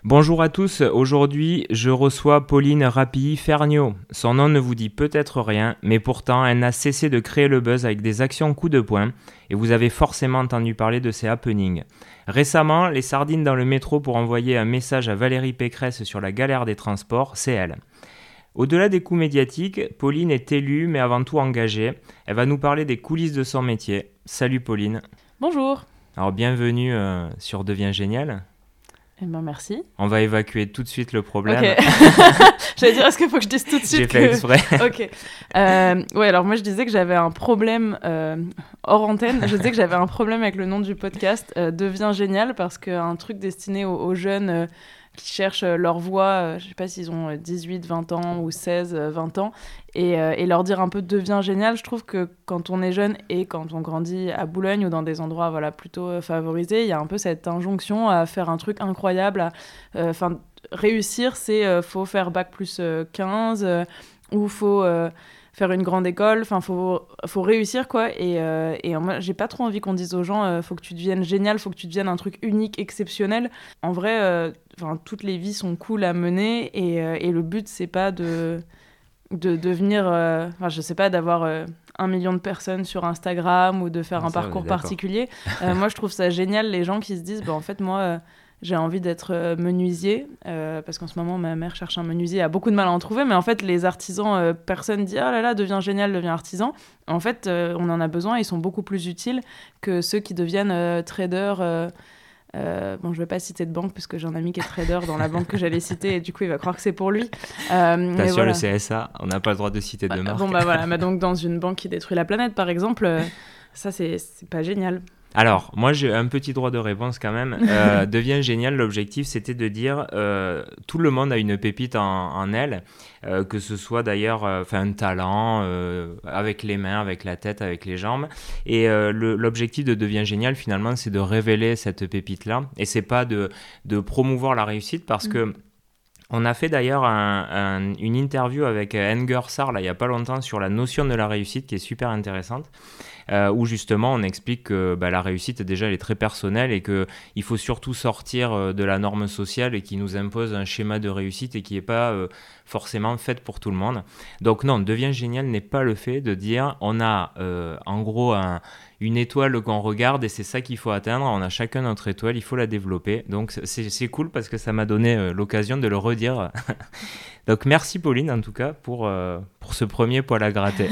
Bonjour à tous, aujourd'hui je reçois Pauline Rapilly-Ferniaud. Son nom ne vous dit peut-être rien, mais pourtant elle n'a cessé de créer le buzz avec des actions coup de poing, et vous avez forcément entendu parler de ces happenings. Récemment, les sardines dans le métro pour envoyer un message à Valérie Pécresse sur la galère des transports, c'est elle. Au-delà des coups médiatiques, Pauline est élue mais avant tout engagée. Elle va nous parler des coulisses de son métier. Salut Pauline. Bonjour. Alors bienvenue sur Devient Génial. Eh ben merci. On va évacuer tout de suite le problème. Ok. J'allais dire, est-ce qu'il faut que je dise tout de suite J'ai fait exprès. Ok. Ouais, alors moi je disais que j'avais un problème hors antenne. Je disais que j'avais un problème avec le nom du podcast Devient Génial parce qu'un truc destiné aux jeunes qui cherchent leur voie, je sais pas s'ils ont 18, 20 ans ou 16, 20 ans, et leur dire un peu deviens génial. Je trouve que quand on est jeune et quand on grandit à Boulogne ou dans des endroits plutôt favorisés, il y a un peu cette injonction à faire un truc incroyable. Réussir, c'est faut faire bac plus 15 ou faut faire une grande école, enfin faut réussir quoi, et moi j'ai pas trop envie qu'on dise aux gens faut que tu deviennes génial, faut que tu deviennes un truc unique, exceptionnel. En vrai, toutes les vies sont cool à mener, et le but c'est pas de devenir, je sais pas, d'avoir 1 million de personnes sur Instagram ou de faire un parcours particulier. Moi je trouve ça génial les gens qui se disent en fait moi j'ai envie d'être menuisier, parce qu'en ce moment, ma mère cherche un menuisier, elle a beaucoup de mal à en trouver, mais en fait, les artisans, personne dit « Oh là là, deviens génial, deviens artisan ». En fait, on en a besoin, ils sont beaucoup plus utiles que ceux qui deviennent traders. Je ne vais pas citer de banque, parce que j'ai un ami qui est trader dans la banque que j'allais citer, et du coup, il va croire que c'est pour lui. T'as sûr, le CSA, on n'a pas le droit de citer de marque. Donc dans une banque qui détruit la planète, par exemple, ça, c'est pas génial. Alors, moi, j'ai un petit droit de réponse quand même. Devient génial, l'objectif, c'était de dire tout le monde a une pépite en elle, que ce soit d'ailleurs un talent, avec les mains, avec la tête, avec les jambes. Et l'objectif de Devient génial, finalement, c'est de révéler cette pépite-là. Et c'est pas de promouvoir la réussite, parce que on a fait d'ailleurs une interview avec Enger Sarr, il n'y a pas longtemps, sur la notion de la réussite, qui est super intéressante. Où justement on explique que la réussite déjà elle est très personnelle, et qu'il faut surtout sortir de la norme sociale et qui nous impose un schéma de réussite et qui n'est pas forcément fait pour tout le monde. Donc non, Devient génial n'est pas le fait de dire on a en gros une étoile qu'on regarde et c'est ça qu'il faut atteindre, on a chacun notre étoile, il faut la développer. Donc c'est cool parce que ça m'a donné l'occasion de le redire. Donc merci Pauline en tout cas pour ce premier poil à gratter.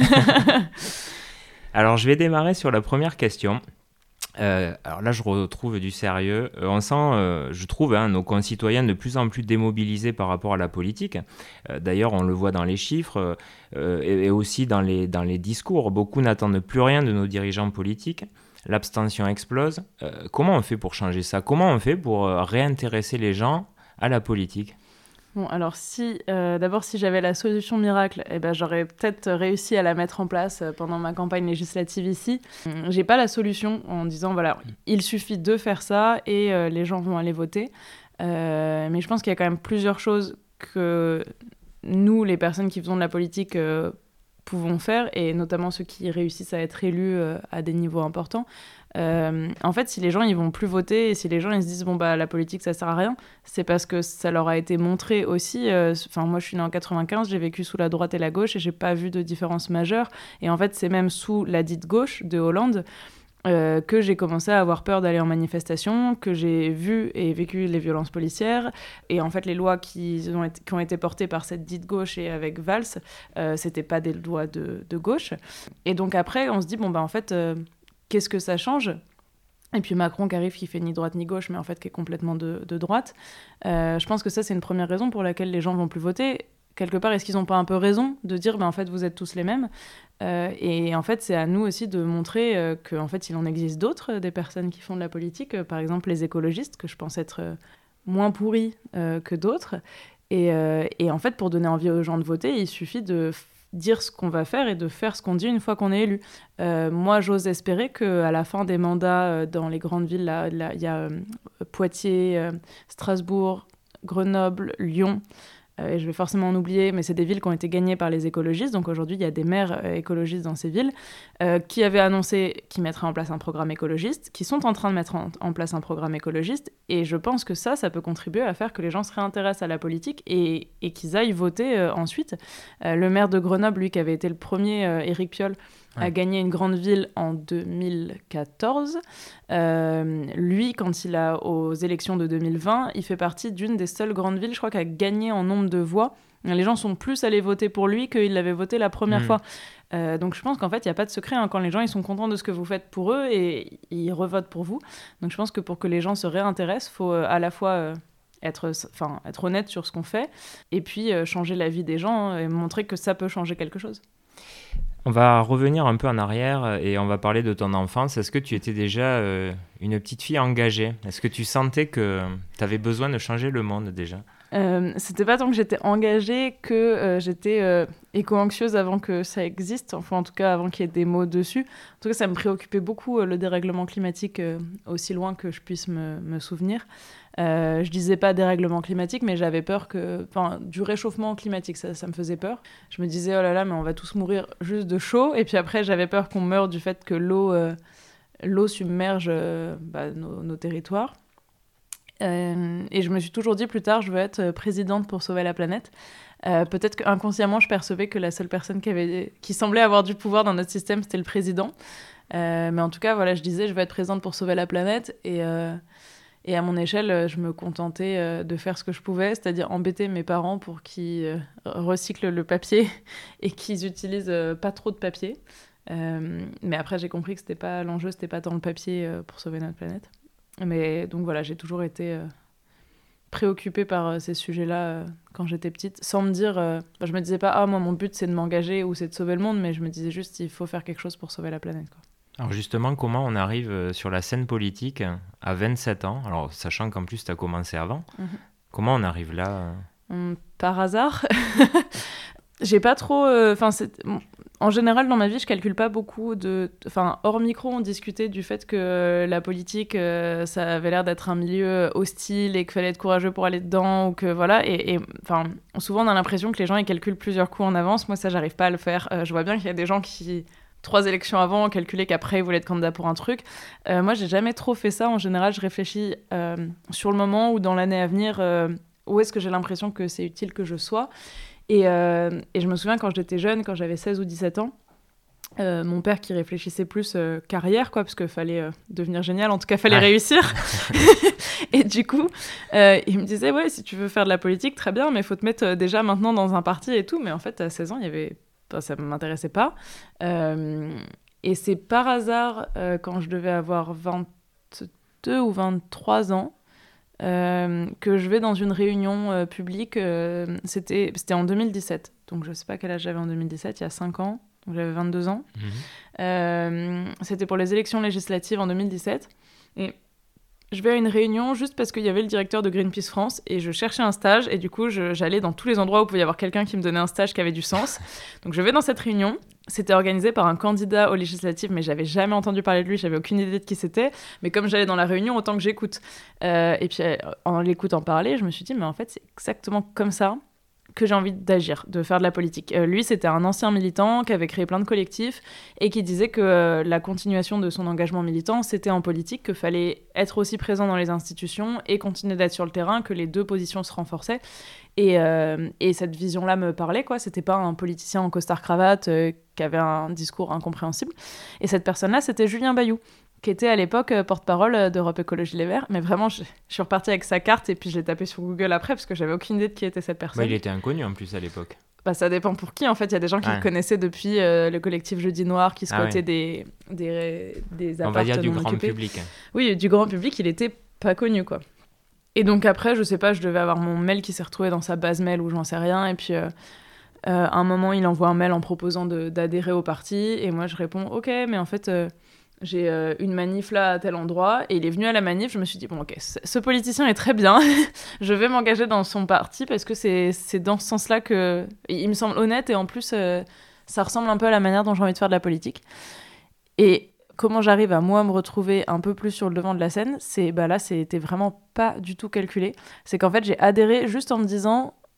Alors, je vais démarrer sur la première question. Alors là, je retrouve du sérieux. On sent, je trouve, nos concitoyens de plus en plus démobilisés par rapport à la politique. D'ailleurs, on le voit dans les chiffres et aussi dans les discours. Beaucoup n'attendent plus rien de nos dirigeants politiques. L'abstention explose. Comment on fait pour changer ça ? Comment on fait pour réintéresser les gens à la politique ? Bon, alors d'abord, si j'avais la solution miracle, j'aurais peut-être réussi à la mettre en place pendant ma campagne législative ici. J'ai pas la solution en disant, il suffit de faire ça et les gens vont aller voter. Mais je pense qu'il y a quand même plusieurs choses que nous, les personnes qui faisons de la politique, pouvons faire, et notamment ceux qui réussissent à être élus à des niveaux importants. En fait, si les gens ils vont plus voter et si les gens ils se disent la politique ça sert à rien, c'est parce que ça leur a été montré aussi. Moi je suis née en 95, j'ai vécu sous la droite et la gauche et j'ai pas vu de différence majeure, et en fait c'est même sous la dite gauche de Hollande que j'ai commencé à avoir peur d'aller en manifestation, que j'ai vu et vécu les violences policières, et en fait les lois qui ont été portées par cette dite gauche et avec Valls, c'était pas des lois de gauche. Et donc après on se dit en fait qu'est-ce que ça change ? Et puis Macron qui arrive, qui fait ni droite ni gauche, mais en fait qui est complètement de droite. Je pense que ça, c'est une première raison pour laquelle les gens vont plus voter. Quelque part, est-ce qu'ils n'ont pas un peu raison de dire en fait, vous êtes tous les mêmes ? Et en fait, c'est à nous aussi de montrer qu'en fait, il en existe d'autres, des personnes qui font de la politique. Par exemple, les écologistes, que je pense être moins pourris que d'autres. Et en fait, pour donner envie aux gens de voter, il suffit de dire ce qu'on va faire et de faire ce qu'on dit une fois qu'on est élu. Moi, j'ose espérer qu'à la fin des mandats dans les grandes villes, il y a Poitiers, Strasbourg, Grenoble, Lyon, et je vais forcément en oublier, mais c'est des villes qui ont été gagnées par les écologistes. Donc aujourd'hui, il y a des maires écologistes dans ces villes qui avaient annoncé qu'ils mettraient en place un programme écologiste, qui sont en train de mettre en place un programme écologiste. Et je pense que ça peut contribuer à faire que les gens se réintéressent à la politique et qu'ils aillent voter ensuite. Le maire de Grenoble, lui, qui avait été le premier, Éric Piolle, a gagné une grande ville en 2014. Lui, quand il a aux élections de 2020, il fait partie d'une des seules grandes villes, je crois, qui a gagné en nombre de voix. Les gens sont plus allés voter pour lui qu'ils l'avaient voté la première fois. Donc je pense qu'en fait, il n'y a pas de secret. Quand les gens ils sont contents de ce que vous faites pour eux et ils revotent pour vous. Donc je pense que pour que les gens se réintéressent, il faut à la fois... être honnête sur ce qu'on fait et puis changer la vie des gens et montrer que ça peut changer quelque chose. On va revenir un peu en arrière et on va parler de ton enfance. Est-ce que tu étais déjà une petite fille engagée ? Est-ce que tu sentais que tu avais besoin de changer le monde déjà ? C'était pas tant que j'étais engagée que j'étais éco-anxieuse avant que ça existe, enfin en tout cas avant qu'il y ait des mots dessus. En tout cas, ça me préoccupait beaucoup le dérèglement climatique aussi loin que je puisse me souvenir. Je disais pas dérèglement climatique, mais j'avais peur du réchauffement climatique, ça me faisait peur. Je me disais, oh là là, mais on va tous mourir juste de chaud. Et puis après, j'avais peur qu'on meure du fait que l'eau submerge nos territoires. Et je me suis toujours dit, plus tard, je veux être présidente pour sauver la planète. Peut-être qu'inconsciemment, je percevais que la seule personne qui semblait avoir du pouvoir dans notre système, c'était le président. Mais en tout cas, voilà, je disais, je veux être présidente pour sauver la planète. Et à mon échelle, je me contentais de faire ce que je pouvais, c'est-à-dire embêter mes parents pour qu'ils recyclent le papier et qu'ils utilisent pas trop de papier. Mais après, j'ai compris que l'enjeu, c'était pas tant le papier pour sauver notre planète. Mais donc voilà, j'ai toujours été préoccupée par ces sujets-là quand j'étais petite, sans me dire... je me disais pas, moi, mon but, c'est de m'engager ou c'est de sauver le monde, mais je me disais juste, il faut faire quelque chose pour sauver la planète, quoi. Alors justement, comment on arrive sur la scène politique à 27 ans ? Alors, sachant qu'en plus, tu as commencé avant. Comment on arrive là ? Par hasard. J'ai pas trop... en général, dans ma vie, je calcule pas beaucoup hors micro, on discutait du fait que la politique, ça avait l'air d'être un milieu hostile et qu'il fallait être courageux pour aller dedans, ou que voilà. Et souvent, on a l'impression que les gens, ils calculent plusieurs coups en avance. Moi, ça, j'arrive pas à le faire. Je vois bien qu'il y a des gens qui... 3 élections avant, calculer qu'après, ils voulaient être candidats pour un truc. Moi, j'ai jamais trop fait ça. En général, je réfléchis sur le moment ou dans l'année à venir, où est-ce que j'ai l'impression que c'est utile que je sois. Et je me souviens, quand j'étais jeune, quand j'avais 16 ou 17 ans, mon père qui réfléchissait plus carrière, quoi, parce qu'il fallait devenir génial, en tout cas, il fallait réussir. Et du coup, il me disait, ouais, si tu veux faire de la politique, très bien, mais il faut te mettre déjà maintenant dans un parti et tout. Mais en fait, à 16 ans, ça ne m'intéressait pas. Et c'est par hasard, quand je devais avoir 22 ou 23 ans, que je vais dans une réunion publique. C'était en 2017. Donc, je ne sais pas quel âge j'avais en 2017, il y a 5 ans. Donc, j'avais 22 ans. C'était pour les élections législatives en 2017. Et je vais à une réunion juste parce qu'il y avait le directeur de Greenpeace France et je cherchais un stage. Et du coup, j'allais dans tous les endroits où il pouvait y avoir quelqu'un qui me donnait un stage qui avait du sens. Donc, je vais dans cette réunion. C'était organisé par un candidat aux législatives, mais j'avais jamais entendu parler de lui, j'avais aucune idée de qui c'était. Mais comme j'allais dans la réunion, autant que j'écoute. Et puis, en l'écoutant parler, je me suis dit, mais en fait, c'est exactement comme ça que j'ai envie d'agir, de faire de la politique. Lui, c'était un ancien militant qui avait créé plein de collectifs et qui disait que la continuation de son engagement militant, c'était en politique, qu'il fallait être aussi présent dans les institutions et continuer d'être sur le terrain, que les deux positions se renforçaient. Et cette vision-là me parlait, quoi. C'était pas un politicien en costard-cravate qui avait un discours incompréhensible. Et cette personne-là, c'était Julien Bayou, qui était à l'époque porte-parole d'Europe Écologie Les Verts. Mais vraiment, je suis repartie avec sa carte et puis je l'ai tapée sur Google après parce que j'avais aucune idée de qui était cette personne. Il était inconnu en plus à l'époque. Ça dépend pour qui. En fait, il y a des gens qui le connaissaient depuis le collectif Jeudi Noir, qui squattaient des appartements. On va dire du grand public. Oui, du grand public, il était pas connu, quoi. Et donc après, je sais pas, je devais avoir mon mail qui s'est retrouvé dans sa base mail ou j'en sais rien. Et puis, à un moment, il envoie un mail en proposant d'adhérer au parti. Et moi, je réponds, OK, mais en fait... j'ai une manif là à tel endroit, et il est venu à la manif, je me suis dit, bon ok, ce politicien est très bien, je vais m'engager dans son parti, parce que c'est dans ce sens-là que... Il me semble honnête, et en plus, ça ressemble un peu à la manière dont j'ai envie de faire de la politique. Et comment j'arrive à, moi, me retrouver un peu plus sur le devant de la scène, là, c'était vraiment pas du tout calculé. C'est qu'en fait, j'ai adhéré juste en me disant,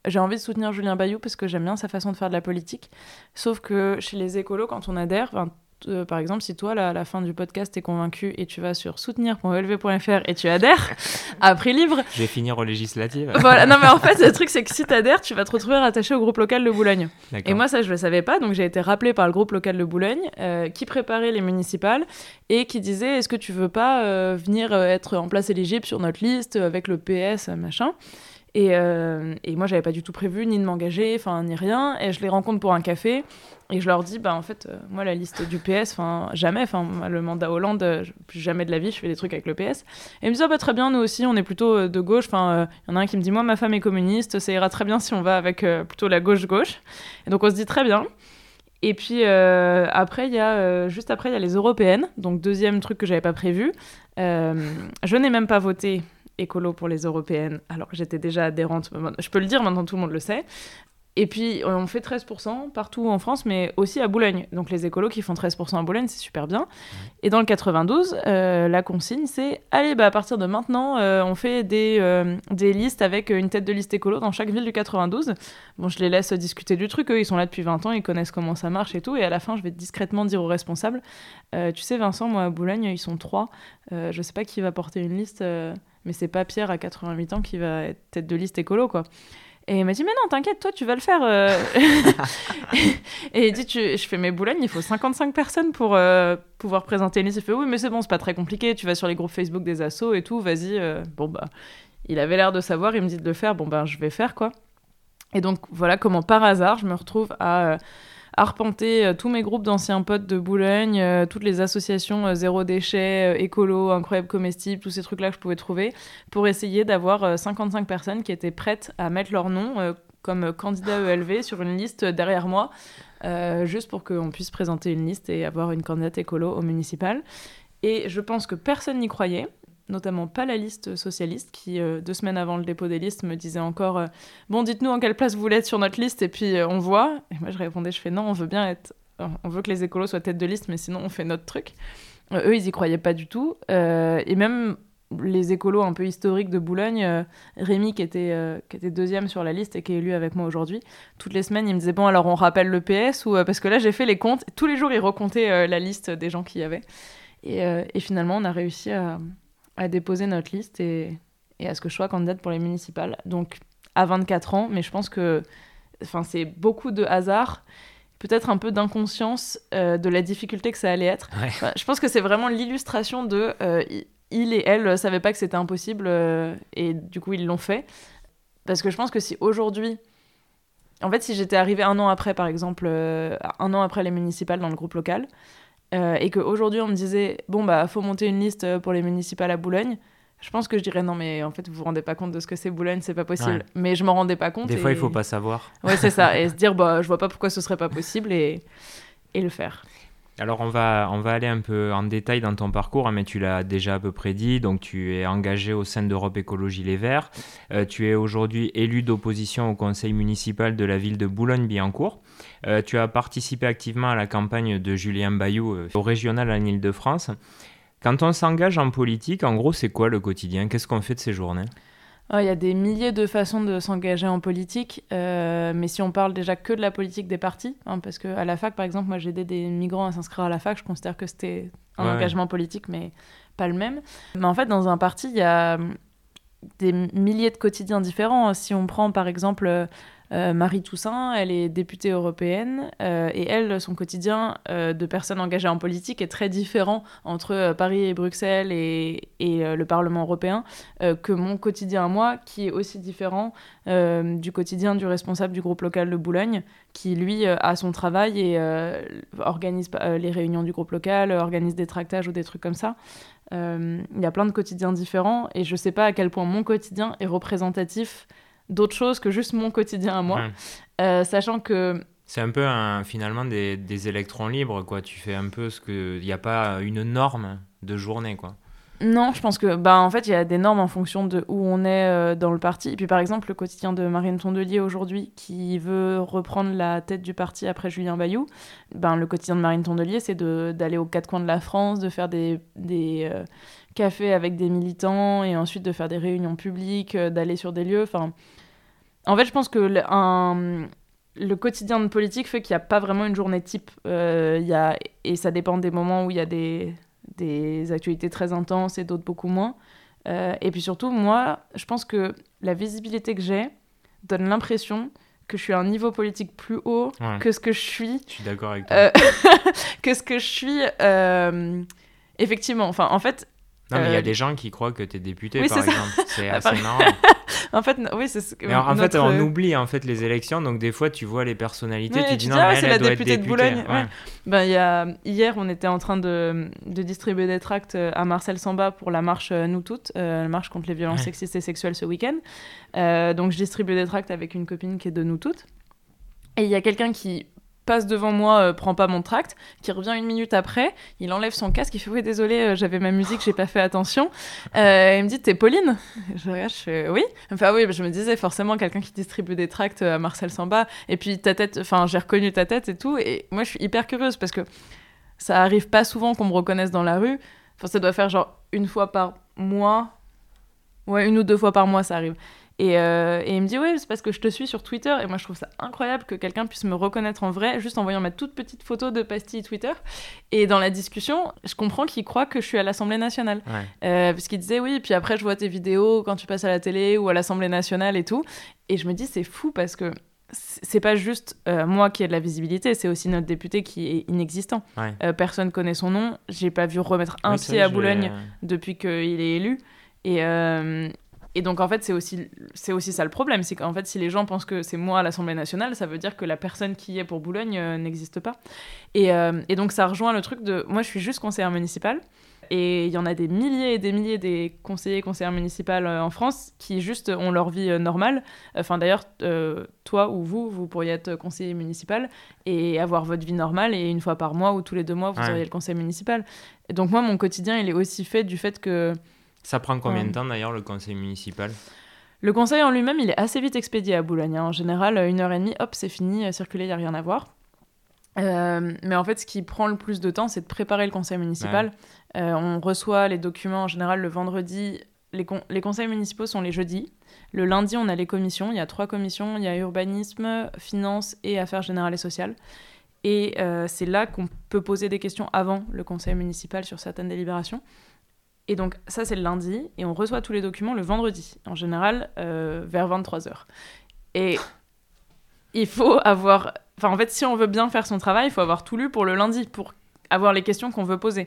j'ai envie de soutenir Julien Bayou parce que j'aime bien sa façon de faire de la politique. Sauf que chez les écolos, quand on adhère, par exemple, si toi, à la fin du podcast, t'es convaincu et tu vas sur soutenir.elv.fr et tu adhères à prix libre... Je vais finir aux législatives. Voilà, non mais en fait, le truc, c'est que si t'adhères, tu vas te retrouver rattaché au groupe local de Boulogne. D'accord. Et moi, ça, je le savais pas, donc j'ai été rappelée par le groupe local de Boulogne qui préparait les municipales et qui disait, est-ce que tu veux pas venir être en place éligible sur notre liste avec le PS, machin. Et moi, j'avais pas du tout prévu ni de m'engager, ni rien. Et je les rencontre pour un café. Et je leur dis, en fait, moi, la liste du PS, jamais. Le mandat Hollande, plus jamais de la vie, je fais des trucs avec le PS. Et ils me disent, très bien, nous aussi, on est plutôt de gauche. Il y en a un qui me dit, moi, ma femme est communiste, ça ira très bien si on va avec plutôt la gauche-gauche. Et donc, on se dit très bien. Et puis, après, juste après, il y a les européennes. Donc, deuxième truc que j'avais pas prévu. Je n'ai même pas voté écolo pour les européennes, alors que j'étais déjà adhérente. Je peux le dire, maintenant tout le monde le sait. Et puis, on fait 13% partout en France, mais aussi à Boulogne. Donc, les écolos qui font 13% à Boulogne, c'est super bien. Et dans le 92, la consigne, c'est « Allez, à partir de maintenant, on fait des listes avec une tête de liste écolo dans chaque ville du 92. » Bon, je les laisse discuter du truc. Eux, ils sont là depuis 20 ans, ils connaissent comment ça marche et tout. Et à la fin, je vais discrètement dire aux responsables « Tu sais, Vincent, moi, à Boulogne, ils sont 3. Je sais pas qui va porter une liste, mais c'est pas Pierre à 88 ans qui va être tête de liste écolo, quoi. » Et il m'a dit, mais non, t'inquiète, toi, tu vas le faire. Et il dit, je fais mes Boulogne, il faut 55 personnes pour pouvoir présenter une liste. Il fait, oui, mais c'est bon, c'est pas très compliqué. Tu vas sur les groupes Facebook des assos et tout, vas-y. Il avait l'air de savoir, il me dit de le faire. Je vais faire, quoi. Et donc, voilà comment, par hasard, je me retrouve à arpenter tous mes groupes d'anciens potes de Boulogne, toutes les associations zéro déchet, écolo, incroyable comestible, tous ces trucs-là que je pouvais trouver, pour essayer d'avoir 55 personnes qui étaient prêtes à mettre leur nom comme candidat ELV sur une liste derrière moi, juste pour qu'on puisse présenter une liste et avoir une candidate écolo au municipal. Et je pense que personne n'y croyait, notamment pas la liste socialiste qui, 2 semaines avant le dépôt des listes, me disait encore bon, dites-nous en quelle place vous voulez être sur notre liste et puis on voit. Et moi je répondais, je fais non, on veut que les écolos soient tête de liste, mais sinon on fait notre truc. Eux, ils y croyaient pas du tout. Et même les écolos un peu historiques de Boulogne, Rémi qui était deuxième sur la liste et qui est élu avec moi aujourd'hui, toutes les semaines il me disait bon, alors on rappelle le PS ou parce que là j'ai fait les comptes, tous les jours il recomptait la liste des gens qui y avait. Et finalement on a réussi à déposer notre liste et à ce que je sois candidate pour les municipales. Donc, à 24 ans, mais je pense que c'est beaucoup de hasard, peut-être un peu d'inconscience de la difficulté que ça allait être. Ouais. Je pense que c'est vraiment l'illustration de il et elle ne savaient pas que c'était impossible et du coup, ils l'ont fait. Parce que je pense que si aujourd'hui... En fait, si j'étais arrivée 1 an après, par exemple, 1 an après les municipales dans le groupe local, et qu'aujourd'hui on me disait bon faut monter une liste pour les municipales à Boulogne, je pense que je dirais non mais en fait vous vous rendez pas compte de ce que c'est Boulogne, c'est pas possible. Ouais. Mais je m'en rendais pas compte. Des fois il faut pas savoir. Ouais, c'est ça, et se dire je vois pas pourquoi ce serait pas possible et le faire. Alors on va aller un peu en détail dans ton parcours, mais tu l'as déjà à peu près dit, donc tu es engagé au sein d'Europe Écologie Les Verts, tu es aujourd'hui élu d'opposition au conseil municipal de la ville de Boulogne-Billancourt, tu as participé activement à la campagne de Julien Bayou au régional en Île-de-France. Quand on s'engage en politique, en gros c'est quoi le quotidien ? Qu'est-ce qu'on fait de ces journées ? Il y a des milliers de façons de s'engager en politique, mais si on parle déjà que de la politique des partis, parce qu'à la fac, par exemple, moi j'ai aidé des migrants à s'inscrire à la fac, je considère que c'était un engagement politique, mais pas le même. Mais en fait, dans un parti, il y a des milliers de quotidiens différents. Si on prend par exemple Marie Toussaint, elle est députée européenne et elle, son quotidien de personne engagée en politique est très différent entre Paris et Bruxelles et le Parlement européen que mon quotidien à moi, qui est aussi différent du quotidien du responsable du groupe local de Boulogne, qui lui a son travail et organise les réunions du groupe local, organise des tractages ou des trucs comme ça. Il y a plein de quotidiens différents et je sais pas à quel point mon quotidien est représentatif d'autres choses que juste mon quotidien à moi, sachant que... C'est un peu finalement des électrons libres, quoi. Tu fais un peu ce que... Il n'y a pas une norme de journée, quoi. Non, je pense que, en fait, il y a des normes en fonction de où on est dans le parti. Et puis, par exemple, le quotidien de Marine Tondelier aujourd'hui, qui veut reprendre la tête du parti après Julien Bayou, le quotidien de Marine Tondelier, c'est d'aller aux 4 coins de la France, de faire des cafés avec des militants, et ensuite de faire des réunions publiques, d'aller sur des lieux. Enfin, En fait, je pense que le quotidien de politique fait qu'il n'y a pas vraiment une journée type. Et ça dépend des moments où il y a des actualités très intenses et d'autres beaucoup moins. Et puis surtout, moi, je pense que la visibilité que j'ai donne l'impression que je suis à un niveau politique plus haut que ce que je suis. Je suis d'accord avec toi. Que ce que je suis, effectivement. Enfin, en fait... Non, mais il y a des gens qui croient que tu es député, oui, par exemple. C'est assez marrant. En fait, oui, c'est ce que... Mais en fait, on oublie en fait, les élections, donc des fois, tu vois les personnalités, ouais, tu dis non, mais c'est elle la doit députée être de députée. Boulogne. Ouais. Ben, hier, on était en train de distribuer des tracts à Marcel Samba pour la marche Nous Toutes, la marche contre les violences sexistes et sexuelles ce week-end. Donc, je distribue des tracts avec une copine qui est de Nous Toutes. Et il y a quelqu'un qui passe devant moi, prend pas mon tract, qui revient 1 minute après, il enlève son casque, il fait « Oui, désolé, j'avais ma musique, j'ai pas fait attention. » Il me dit « T'es Pauline ?» Je regarde, je fais « Oui. » Il me fait « Ah oui, je me disais forcément quelqu'un qui distribue des tracts à Marcel Samba, et puis ta tête, enfin j'ai reconnu ta tête et tout. » Et moi je suis hyper curieuse parce que ça arrive pas souvent qu'on me reconnaisse dans la rue. Enfin, ça doit faire genre 1 fois par mois. Ouais, 1 ou 2 fois par mois ça arrive. Et il me dit « Oui, c'est parce que je te suis sur Twitter. » Et moi, je trouve ça incroyable que quelqu'un puisse me reconnaître en vrai, juste en voyant ma toute petite photo de pastille Twitter. Et dans la discussion, je comprends qu'il croit que je suis à l'Assemblée nationale. Parce qu'il disait « Oui, puis après, je vois tes vidéos quand tu passes à la télé ou à l'Assemblée nationale et tout. » Et je me dis « C'est fou parce que c'est pas juste moi qui ai de la visibilité, c'est aussi notre député qui est inexistant. Personne connaît son nom. J'ai pas vu remettre un pied à Boulogne depuis qu'il est élu. Et donc, en fait, c'est aussi ça le problème. C'est qu'en fait, si les gens pensent que c'est moi à l'Assemblée nationale, ça veut dire que la personne qui est pour Boulogne n'existe pas. Et donc, ça rejoint le truc de... Moi, je suis juste conseillère municipale. Et il y en a des milliers et des milliers des conseillers et conseillères municipales en France qui juste ont leur vie normale. Enfin, d'ailleurs, toi ou vous pourriez être conseiller municipal et avoir votre vie normale. Et 1 fois par mois ou tous les 2 mois, vous auriez le conseil municipal. Et donc, moi, mon quotidien, il est aussi fait du fait que... Ça prend combien de temps d'ailleurs le conseil municipal ? Le conseil en lui-même, il est assez vite expédié à Boulogne. En général, 1h30, hop, c'est fini, circuler, il n'y a rien à voir. Mais en fait, ce qui prend le plus de temps, c'est de préparer le conseil municipal. On reçoit les documents en général le vendredi. Les conseils municipaux sont les jeudis. Le lundi, on a les commissions. Il y a 3 commissions. Il y a urbanisme, finances et affaires générales et sociales. Et c'est là qu'on peut poser des questions avant le conseil municipal sur certaines délibérations. Et donc, ça, c'est le lundi, et on reçoit tous les documents le vendredi, en général, vers 23h. Et il faut avoir... Enfin, en fait, si on veut bien faire son travail, il faut avoir tout lu pour le lundi, pour avoir les questions qu'on veut poser.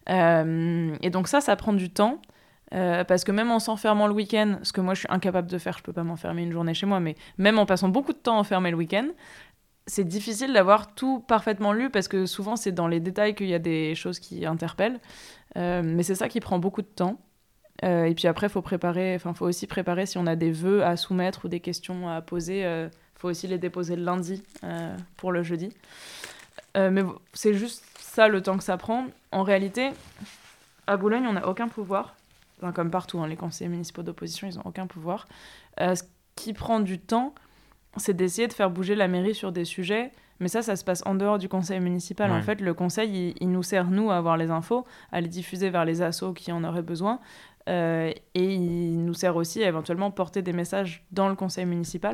Et donc ça prend du temps, parce que même en s'enfermant le week-end, ce que moi, je suis incapable de faire, je peux pas m'enfermer 1 journée chez moi, mais même en passant beaucoup de temps enfermé le week-end, c'est difficile d'avoir tout parfaitement lu, parce que souvent, c'est dans les détails qu'il y a des choses qui interpellent. Mais c'est ça qui prend beaucoup de temps. Et puis après, faut aussi préparer si on a des vœux à soumettre ou des questions à poser. Faut aussi les déposer le lundi pour le jeudi. Mais c'est juste ça le temps que ça prend. En réalité, à Boulogne, on n'a aucun pouvoir. Enfin, comme partout, hein, les conseillers municipaux d'opposition, ils n'ont aucun pouvoir. Ce qui prend du temps, c'est d'essayer de faire bouger la mairie sur des sujets. Mais ça se passe en dehors du conseil municipal. En fait, le conseil, il nous sert, nous, à avoir les infos, à les diffuser vers les assos qui en auraient besoin. Et il nous sert aussi à éventuellement porter des messages dans le conseil municipal.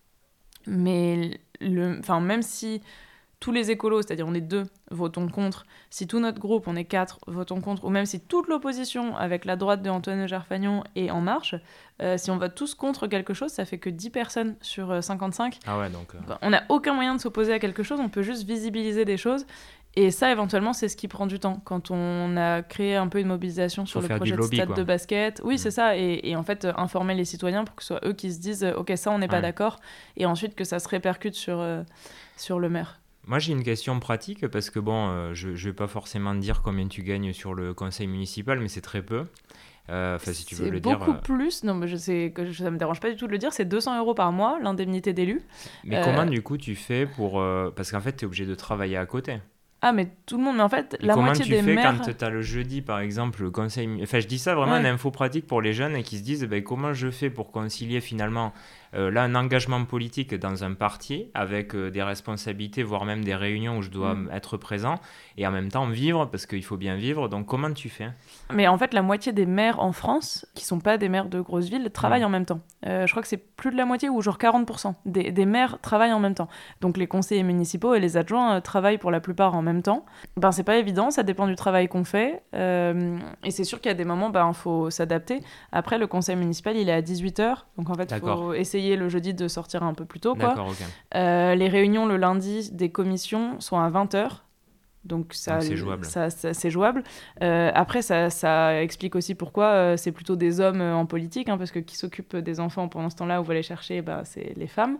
Mais même si tous les écolos, c'est-à-dire on est 2, votons contre, si tout notre groupe, on est 4, votons contre, ou même si toute l'opposition, avec la droite de Antoine Gerfagnon est En Marche, si on vote tous contre quelque chose, ça fait que 10 personnes sur 55. Ah ouais, donc... On n'a aucun moyen de s'opposer à quelque chose, on peut juste visibiliser des choses. Et ça, éventuellement, c'est ce qui prend du temps. Quand on a créé un peu une mobilisation sur le projet de stade de basket, oui, c'est ça. Et en fait, informer les citoyens pour que ce soit eux qui se disent « Ok, ça, on n'est pas d'accord ». Et ensuite, que ça se répercute sur le maire. Moi, j'ai une question pratique parce que, je ne vais pas forcément te dire combien tu gagnes sur le conseil municipal, mais c'est très peu. Si tu veux le dire. C'est beaucoup plus. Non, mais je sais que ça ne me dérange pas du tout de le dire. C'est 200 € par mois, l'indemnité d'élu. Mais comment, du coup, tu fais pour... Parce qu'en fait, tu es obligé de travailler à côté. Ah, mais tout le monde, mais en fait, la moitié des maires... Comment tu fais quand tu as le jeudi, par exemple, le conseil... Enfin, je dis ça vraiment une info pratique pour les jeunes qui se disent comment je fais pour concilier finalement là, un engagement politique dans un parti, avec des responsabilités, voire même des réunions où je dois être présent, et en même temps vivre, parce qu'il faut bien vivre. Donc, comment tu fais ? Mais en fait, la moitié des maires en France, qui sont pas des maires de grosses villes, travaillent en même temps. Je crois que c'est plus de la moitié, ou genre 40% des maires travaillent en même temps. Donc les conseillers municipaux et les adjoints travaillent pour la plupart en même temps. Ben, c'est pas évident, ça dépend du travail qu'on fait. Et c'est sûr qu'il y a des moments, il faut s'adapter. Après, le conseil municipal, il est à 18h. Donc en fait, il faut essayer le jeudi de sortir un peu plus tôt. D'accord, ok. Les réunions le lundi des commissions sont à 20h. Donc c'est jouable. C'est jouable. Après, ça explique aussi pourquoi c'est plutôt des hommes en politique, parce que qui s'occupent des enfants pendant ce temps-là, où va les chercher, c'est les femmes.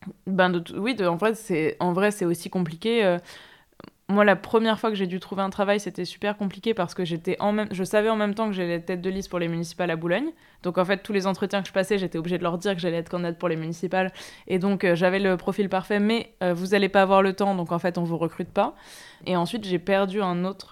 En vrai, c'est aussi compliqué. Moi, la première fois que j'ai dû trouver un travail, c'était super compliqué parce que je savais en même temps que j'allais être tête de liste pour les municipales à Boulogne. Donc, en fait, tous les entretiens que je passais, j'étais obligée de leur dire que j'allais être candidate pour les municipales. Et donc, j'avais le profil parfait, mais vous n'allez pas avoir le temps, donc en fait, on ne vous recrute pas. Et ensuite, j'ai perdu un autre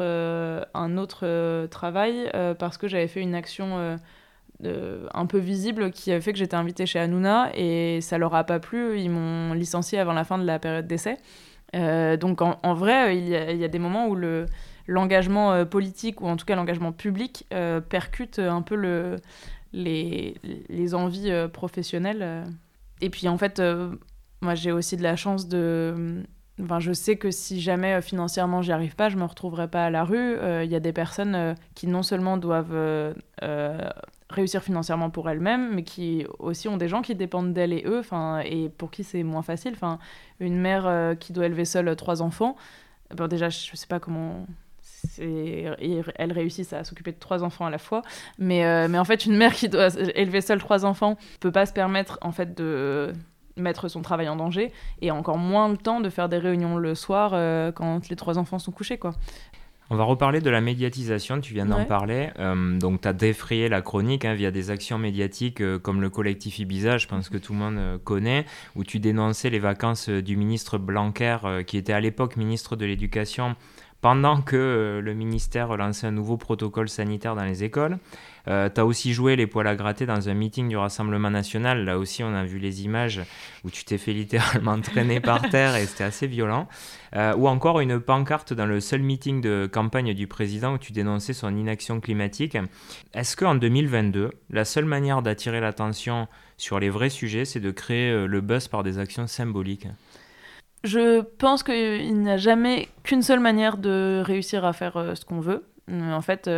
travail parce que j'avais fait une action un peu visible qui avait fait que j'étais invitée chez Hanouna et ça leur a pas plu. Ils m'ont licenciée avant la fin de la période d'essai. Donc en vrai, il y a des moments où l'engagement politique, ou en tout cas l'engagement public, percute un peu les envies professionnelles. Et puis en fait, moi j'ai aussi de la chance je sais que si jamais financièrement j'y arrive pas, je me retrouverai pas à la rue. Il y a des personnes qui non seulement doivent réussir financièrement pour elles-mêmes, mais qui aussi ont des gens qui dépendent d'elles et eux, et pour qui c'est moins facile. Une mère qui doit élever seule 3 enfants, déjà je sais pas comment elles réussissent à s'occuper de 3 enfants à la fois, mais en fait une mère qui doit élever seule 3 enfants peut pas se permettre en fait de mettre son travail en danger, et encore moins le temps de faire des réunions le soir quand les 3 enfants sont couchés, quoi. On va reparler de la médiatisation, tu viens d'en parler. Donc, tu as défrayé la chronique via des actions médiatiques comme le collectif Ibiza, je pense que tout le monde connaît, où tu dénonçais les vacances du ministre Blanquer, qui était à l'époque ministre de l'Éducation, pendant que le ministère lançait un nouveau protocole sanitaire dans les écoles. Tu as aussi joué les poils à gratter dans un meeting du Rassemblement national. Là aussi, on a vu les images où tu t'es fait littéralement traîner par terre et c'était assez violent. Ou encore une pancarte dans le seul meeting de campagne du président où tu dénonçais son inaction climatique. Est-ce qu'en 2022, la seule manière d'attirer l'attention sur les vrais sujets, c'est de créer le buzz par des actions symboliques ? Je pense qu'il n'y a jamais qu'une seule manière de réussir à faire ce qu'on veut. En fait,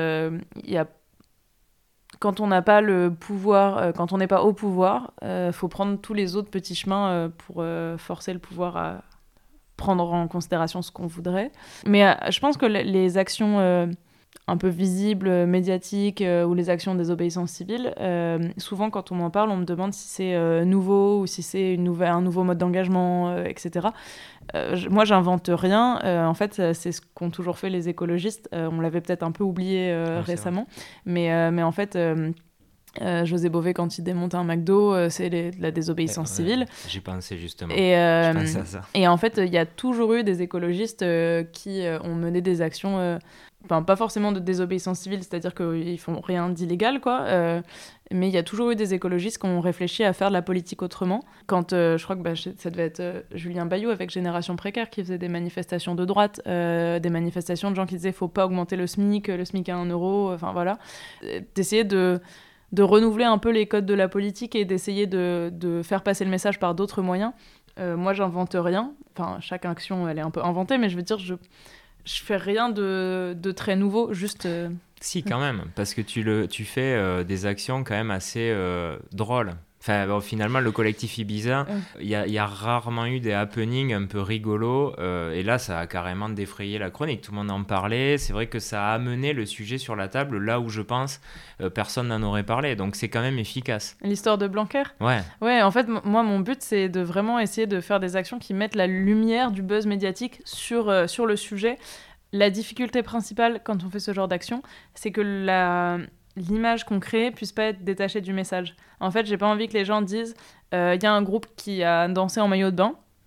quand on n'a pas le pouvoir, quand on n'est pas au pouvoir, faut prendre tous les autres petits chemins pour forcer le pouvoir à prendre en considération ce qu'on voudrait. Mais je pense que les actions un peu visibles, médiatiques, ou les actions de désobéissance civile, souvent quand on m'en parle, on me demande si c'est nouveau ou si c'est un nouveau mode d'engagement, etc. Moi, j'invente rien. En fait, c'est ce qu'ont toujours fait les écologistes. On l'avait peut-être un peu oublié récemment. Mais en fait... José Bové, quand il démonte un McDo, c'est de la désobéissance civile. J'y pensais justement. Je pensais à ça. Et en fait, il y a toujours eu des écologistes qui ont mené des actions, pas forcément de désobéissance civile, c'est-à-dire qu'ils font rien d'illégal, quoi. Mais il y a toujours eu des écologistes qui ont réfléchi à faire de la politique autrement. Quand je crois que ça devait être Julien Bayou avec Génération Précaire qui faisait des manifestations de droite, des manifestations de gens qui disaient faut pas augmenter le SMIC à 1 euro, voilà. D'essayer de renouveler un peu les codes de la politique et d'essayer de faire passer le message par d'autres moyens. Moi, j'invente rien. Chaque action, elle est un peu inventée, mais je veux dire, je fais rien de très nouveau, juste... Si, quand même, parce que tu fais des actions quand même assez drôles. Finalement, le collectif Ibiza, il y a rarement eu des happenings un peu rigolos, et là, ça a carrément défrayé la chronique. Tout le monde en parlait. C'est vrai que ça a amené le sujet sur la table, là où je pense personne n'en aurait parlé. Donc, c'est quand même efficace. L'histoire de Blanquer ? Ouais, en fait, moi, mon but, c'est de vraiment essayer de faire des actions qui mettent la lumière du buzz médiatique sur le sujet. La difficulté principale, quand on fait ce genre d'action, c'est que l'image qu'on crée puisse pas être détachée du message. En fait, j'ai pas envie que les gens disent il y a un groupe qui a dansé en maillot de bain,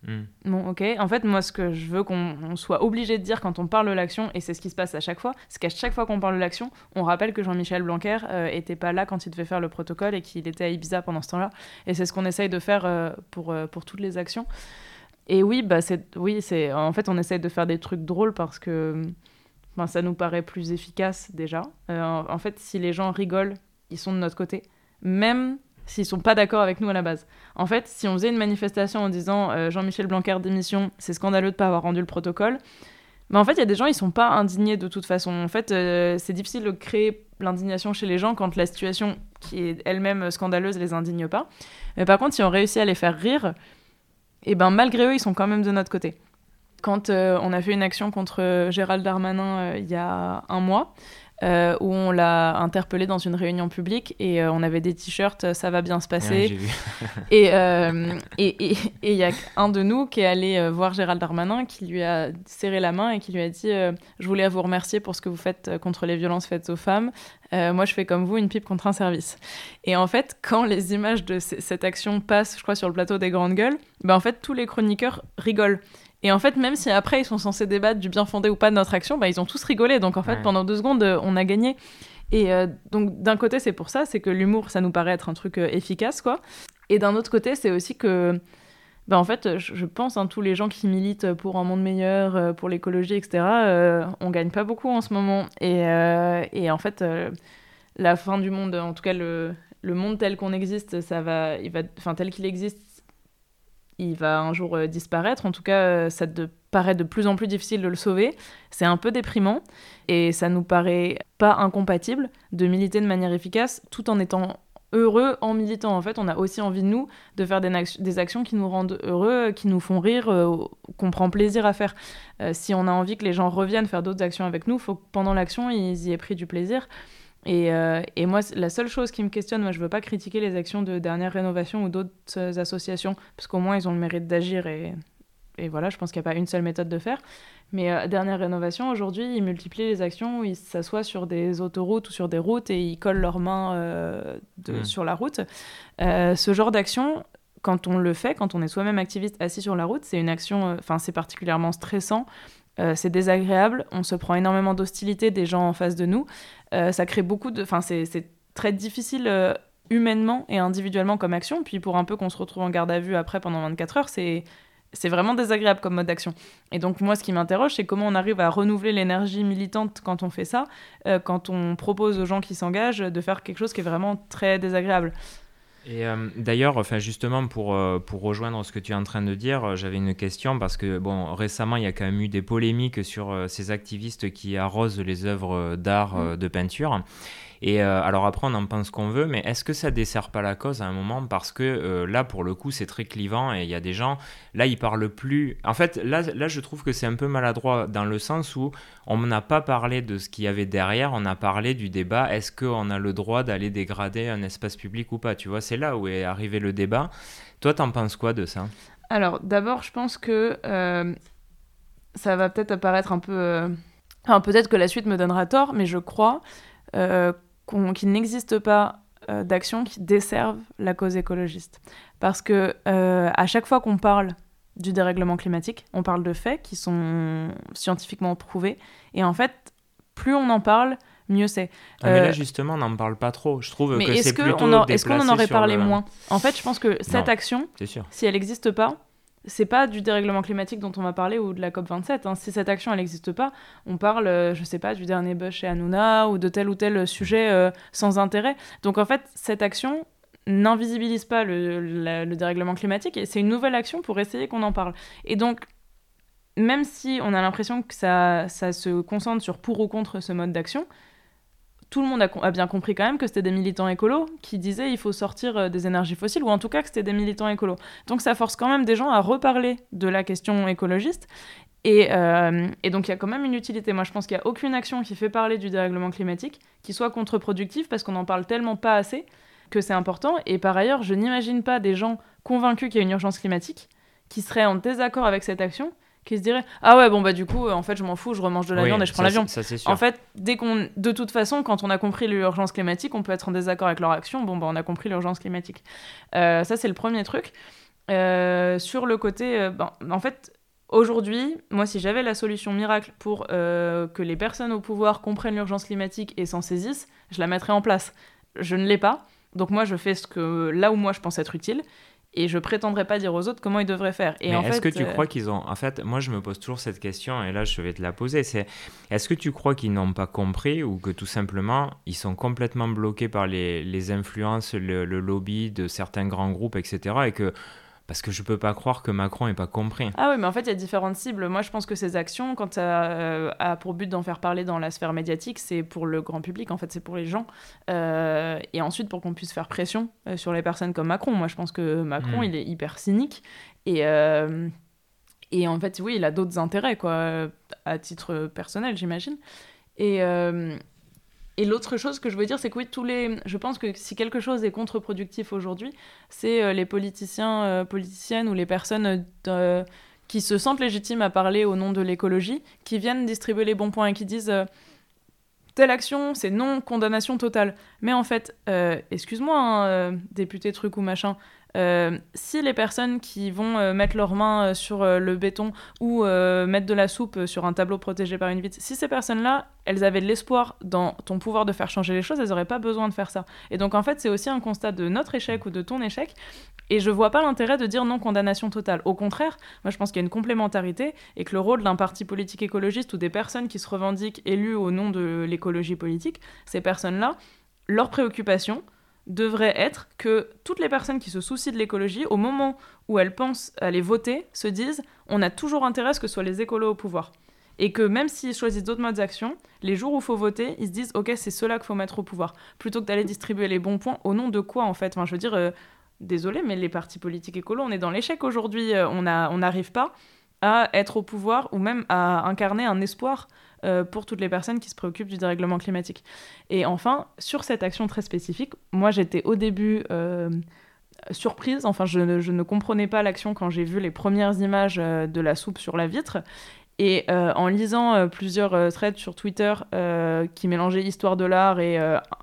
Bon, ok. En fait, moi, ce que je veux qu'on soit obligé de dire quand on parle de l'action, et c'est ce qui se passe à chaque fois, c'est qu'à chaque fois qu'on parle de l'action, on rappelle que Jean-Michel Blanquer était pas là quand il devait faire le protocole et qu'il était à Ibiza pendant ce temps-là. Et c'est ce qu'on essaye de faire pour toutes les actions. Et oui, en fait, on essaye de faire des trucs drôles parce que ça nous paraît plus efficace déjà. En fait, si les gens rigolent, ils sont de notre côté. Même s'ils sont pas d'accord avec nous à la base. En fait, si on faisait une manifestation en disant Jean-Michel Blanquer démission, c'est scandaleux de pas avoir rendu le protocole, mais en fait, il y a des gens, ils sont pas indignés de toute façon. En fait, c'est difficile de créer l'indignation chez les gens quand la situation qui est elle-même scandaleuse les indigne pas. Mais par contre, si on réussit à les faire rire, et ben malgré eux, ils sont quand même de notre côté. Quand on a fait une action contre Gérald Darmanin il y a un mois, où on l'a interpellé dans une réunion publique et on avait des t-shirts ça va bien se passer. Ouais, j'ai vu. Et il y a un de nous qui est allé voir Gérald Darmanin, qui lui a serré la main et qui lui a dit je voulais vous remercier pour ce que vous faites contre les violences faites aux femmes. Moi, je fais comme vous, une pipe contre un service. Et en fait, quand les images de cette action passent, je crois, sur le plateau des Grandes Gueules, en fait, tous les chroniqueurs rigolent. Et en fait, même si après, ils sont censés débattre du bien fondé ou pas de notre action, ils ont tous rigolé. Donc en fait, pendant 2 secondes, on a gagné. Et donc d'un côté, c'est pour ça, c'est que l'humour, ça nous paraît être un truc efficace, quoi. Et d'un autre côté, c'est aussi que, en fait, je pense, tous les gens qui militent pour un monde meilleur, pour l'écologie, etc., on gagne pas beaucoup en ce moment. Et en fait, la fin du monde, en tout cas le monde tel qu'on existe, tel qu'il existe, il va un jour disparaître. En tout cas, ça paraît de plus en plus difficile de le sauver. C'est un peu déprimant et ça nous paraît pas incompatible de militer de manière efficace tout en étant heureux en militant. En fait, on a aussi envie, nous, de faire des actions qui nous rendent heureux, qui nous font rire, qu'on prend plaisir à faire. Si on a envie que les gens reviennent faire d'autres actions avec nous, il faut que pendant l'action, ils y aient pris du plaisir. Et moi, la seule chose qui me questionne, moi je veux pas critiquer les actions de Dernière Rénovation ou d'autres associations, parce qu'au moins ils ont le mérite d'agir et voilà, je pense qu'il n'y a pas une seule méthode de faire. Mais Dernière Rénovation, aujourd'hui, ils multiplient les actions où ils s'assoient sur des autoroutes ou sur des routes et ils collent leurs mains sur la route. Ce genre d'action, quand on le fait, quand on est soi-même activiste assis sur la route, c'est une action, c'est particulièrement stressant. C'est désagréable, on se prend énormément d'hostilité des gens en face de nous. Ça crée beaucoup de... c'est très difficile humainement et individuellement comme action. Puis pour un peu qu'on se retrouve en garde à vue après pendant 24 heures, c'est vraiment désagréable comme mode d'action. Et donc moi, ce qui m'interroge, c'est comment on arrive à renouveler l'énergie militante quand on fait ça, quand on propose aux gens qui s'engagent de faire quelque chose qui est vraiment très désagréable. Et d'ailleurs, justement, pour rejoindre ce que tu es en train de dire, j'avais une question parce que récemment, il y a quand même eu des polémiques sur ces activistes qui arrosent les œuvres d'art de peinture. Et alors après, on en pense qu'on veut, mais est-ce que ça dessert pas la cause à un moment? Parce que là, pour le coup, c'est très clivant et il y a des gens, là, ils parlent plus... En fait, là, je trouve que c'est un peu maladroit dans le sens où on n'a pas parlé de ce qu'il y avait derrière, on a parlé du débat, est-ce qu'on a le droit d'aller dégrader un espace public ou pas? Tu vois, c'est là où est arrivé le débat. Toi, t'en penses quoi de ça? Alors, d'abord, je pense que ça va peut-être apparaître un peu... peut-être que la suite me donnera tort, mais je crois... qu'il n'existe pas d'actions qui desservent la cause écologiste. Parce que à chaque fois qu'on parle du dérèglement climatique, on parle de faits qui sont scientifiquement prouvés. Et en fait, plus on en parle, mieux c'est. Mais là, justement, on n'en parle pas trop. Je trouve que c'est plutôt déplacé. Est-ce qu'on en aurait parlé moins? En fait, je pense que cette action, si elle n'existe pas, c'est pas du dérèglement climatique dont on va parler ou de la COP27. Si cette action, elle n'existe pas, on parle, je sais pas, du dernier buzz chez Hanouna ou de tel ou tel sujet sans intérêt. Donc en fait, cette action n'invisibilise pas le dérèglement climatique et c'est une nouvelle action pour essayer qu'on en parle. Et donc, même si on a l'impression que ça se concentre sur pour ou contre ce mode d'action, tout le monde a bien compris quand même que c'était des militants écolos qui disaient il faut sortir des énergies fossiles, ou en tout cas que c'était des militants écolos. Donc ça force quand même des gens à reparler de la question écologiste. Et donc il y a quand même une utilité. Moi je pense qu'il n'y a aucune action qui fait parler du dérèglement climatique qui soit contre-productive parce qu'on n'en parle tellement pas assez que c'est important. Et par ailleurs, je n'imagine pas des gens convaincus qu'il y a une urgence climatique qui seraient en désaccord avec cette action, qui se dirait ah ouais du coup en fait je m'en fous, je remange de la viande et je prends l'avion. Ça, c'est sûr. En fait, de toute façon, quand on a compris l'urgence climatique, on peut être en désaccord avec leur action. On a compris l'urgence climatique. Ça c'est le premier truc. Sur le côté... en fait, aujourd'hui, moi, si j'avais la solution miracle pour que les personnes au pouvoir comprennent l'urgence climatique et s'en saisissent, je la mettrais en place. Je ne l'ai pas. Donc moi, je fais là où moi, je pense être utile. Et je prétendrai pas dire aux autres comment ils devraient faire. Et mais est-ce que tu crois qu'ils ont... En fait, moi, je me pose toujours cette question, et là, je vais te la poser. Est-ce que tu crois qu'ils n'ont pas compris ou que tout simplement, ils sont complètement bloqués par les influences, le lobby de certains grands groupes, etc. Et que... Parce que je peux pas croire que Macron ait pas compris. Ah oui, mais en fait, il y a différentes cibles. Moi, je pense que ces actions, quand ça a pour but d'en faire parler dans la sphère médiatique, c'est pour le grand public, en fait, c'est pour les gens. Et ensuite, pour qu'on puisse faire pression sur les personnes comme Macron. Moi, je pense que Macron, il est hyper cynique. Et en fait, oui, il a d'autres intérêts, quoi, à titre personnel, j'imagine. Et l'autre chose que je veux dire, c'est que oui, je pense que si quelque chose est contre-productif aujourd'hui, c'est les politiciennes ou les personnes qui se sentent légitimes à parler au nom de l'écologie, qui viennent distribuer les bons points et qui disent telle action, c'est non, condamnation totale. Mais en fait, excuse-moi, hein, député truc ou machin, si les personnes qui vont mettre leurs mains sur le béton ou mettre de la soupe sur un tableau protégé par une vitre, si ces personnes-là, elles avaient de l'espoir dans ton pouvoir de faire changer les choses, elles n'auraient pas besoin de faire ça. Et donc en fait, c'est aussi un constat de notre échec ou de ton échec. Et je vois pas l'intérêt de dire non, condamnation totale. Au contraire, moi je pense qu'il y a une complémentarité et que le rôle d'un parti politique écologiste ou des personnes qui se revendiquent élues au nom de l'écologie politique, ces personnes-là, leur préoccupation devrait être que toutes les personnes qui se soucient de l'écologie, au moment où elles pensent aller voter, se disent on a toujours intérêt à ce que ce soit les écolos au pouvoir. Et que même s'ils choisissent d'autres modes d'action, les jours où il faut voter, ils se disent ok, c'est ceux-là qu'il faut mettre au pouvoir. Plutôt que d'aller distribuer les bons points, au nom de quoi en fait, enfin, je veux dire, désolé, mais les partis politiques écolos, on est dans l'échec aujourd'hui. On n'arrive pas à être au pouvoir ou même à incarner un espoir pour toutes les personnes qui se préoccupent du dérèglement climatique. Et enfin, sur cette action très spécifique, moi j'étais au début surprise, enfin je ne comprenais pas l'action quand j'ai vu les premières images de la soupe sur la vitre. Et en lisant plusieurs threads sur Twitter qui mélangeaient histoire de l'art et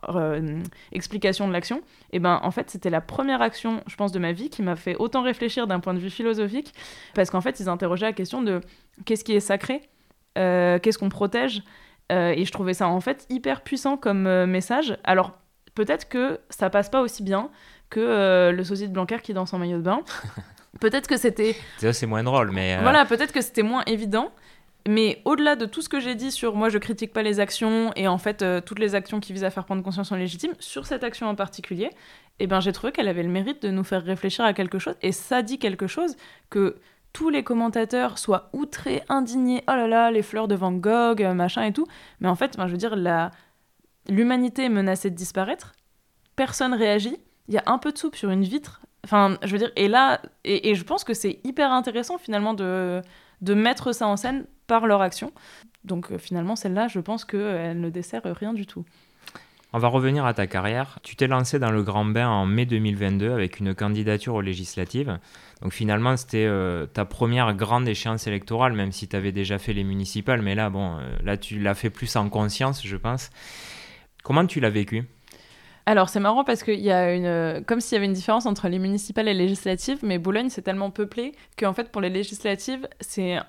explication de l'action, et ben en fait c'était la première action, je pense, de ma vie qui m'a fait autant réfléchir d'un point de vue philosophique, parce qu'en fait ils interrogeaient la question de qu'est-ce qui est sacré, qu'est-ce qu'on protège, et je trouvais ça en fait hyper puissant comme message. Alors peut-être que ça passe pas aussi bien que le sosie de Blanquer qui danse en maillot de bain. Peut-être que c'était... Ça, c'est moins drôle, mais... Voilà, peut-être que c'était moins évident. Mais au-delà de tout ce que j'ai dit sur moi, je critique pas les actions et en fait, toutes les actions qui visent à faire prendre conscience sont légitimes, sur cette action en particulier, eh ben, j'ai trouvé qu'elle avait le mérite de nous faire réfléchir à quelque chose. Et ça dit quelque chose que tous les commentateurs soient outrés, indignés, oh là là, les fleurs de Van Gogh, machin et tout. Mais en fait, je veux dire, l'humanité est menacée de disparaître. Personne réagit. Il y a un peu de soupe sur une vitre. Enfin, je veux dire, et là, et je pense que c'est hyper intéressant finalement de mettre ça en scène par leur action. Donc finalement, celle-là, je pense qu'elle ne dessert rien du tout. On va revenir à ta carrière. Tu t'es lancé dans le grand bain en mai 2022 avec une candidature aux législatives. Donc finalement, c'était ta première grande échéance électorale, même si tu avais déjà fait les municipales. Mais là, là, tu l'as fait plus en conscience, je pense. Comment tu l'as vécu ? Alors, c'est marrant parce qu'il y a comme s'il y avait une différence entre les municipales et les législatives, mais Boulogne, c'est tellement peuplé qu'en fait, pour les législatives, c'est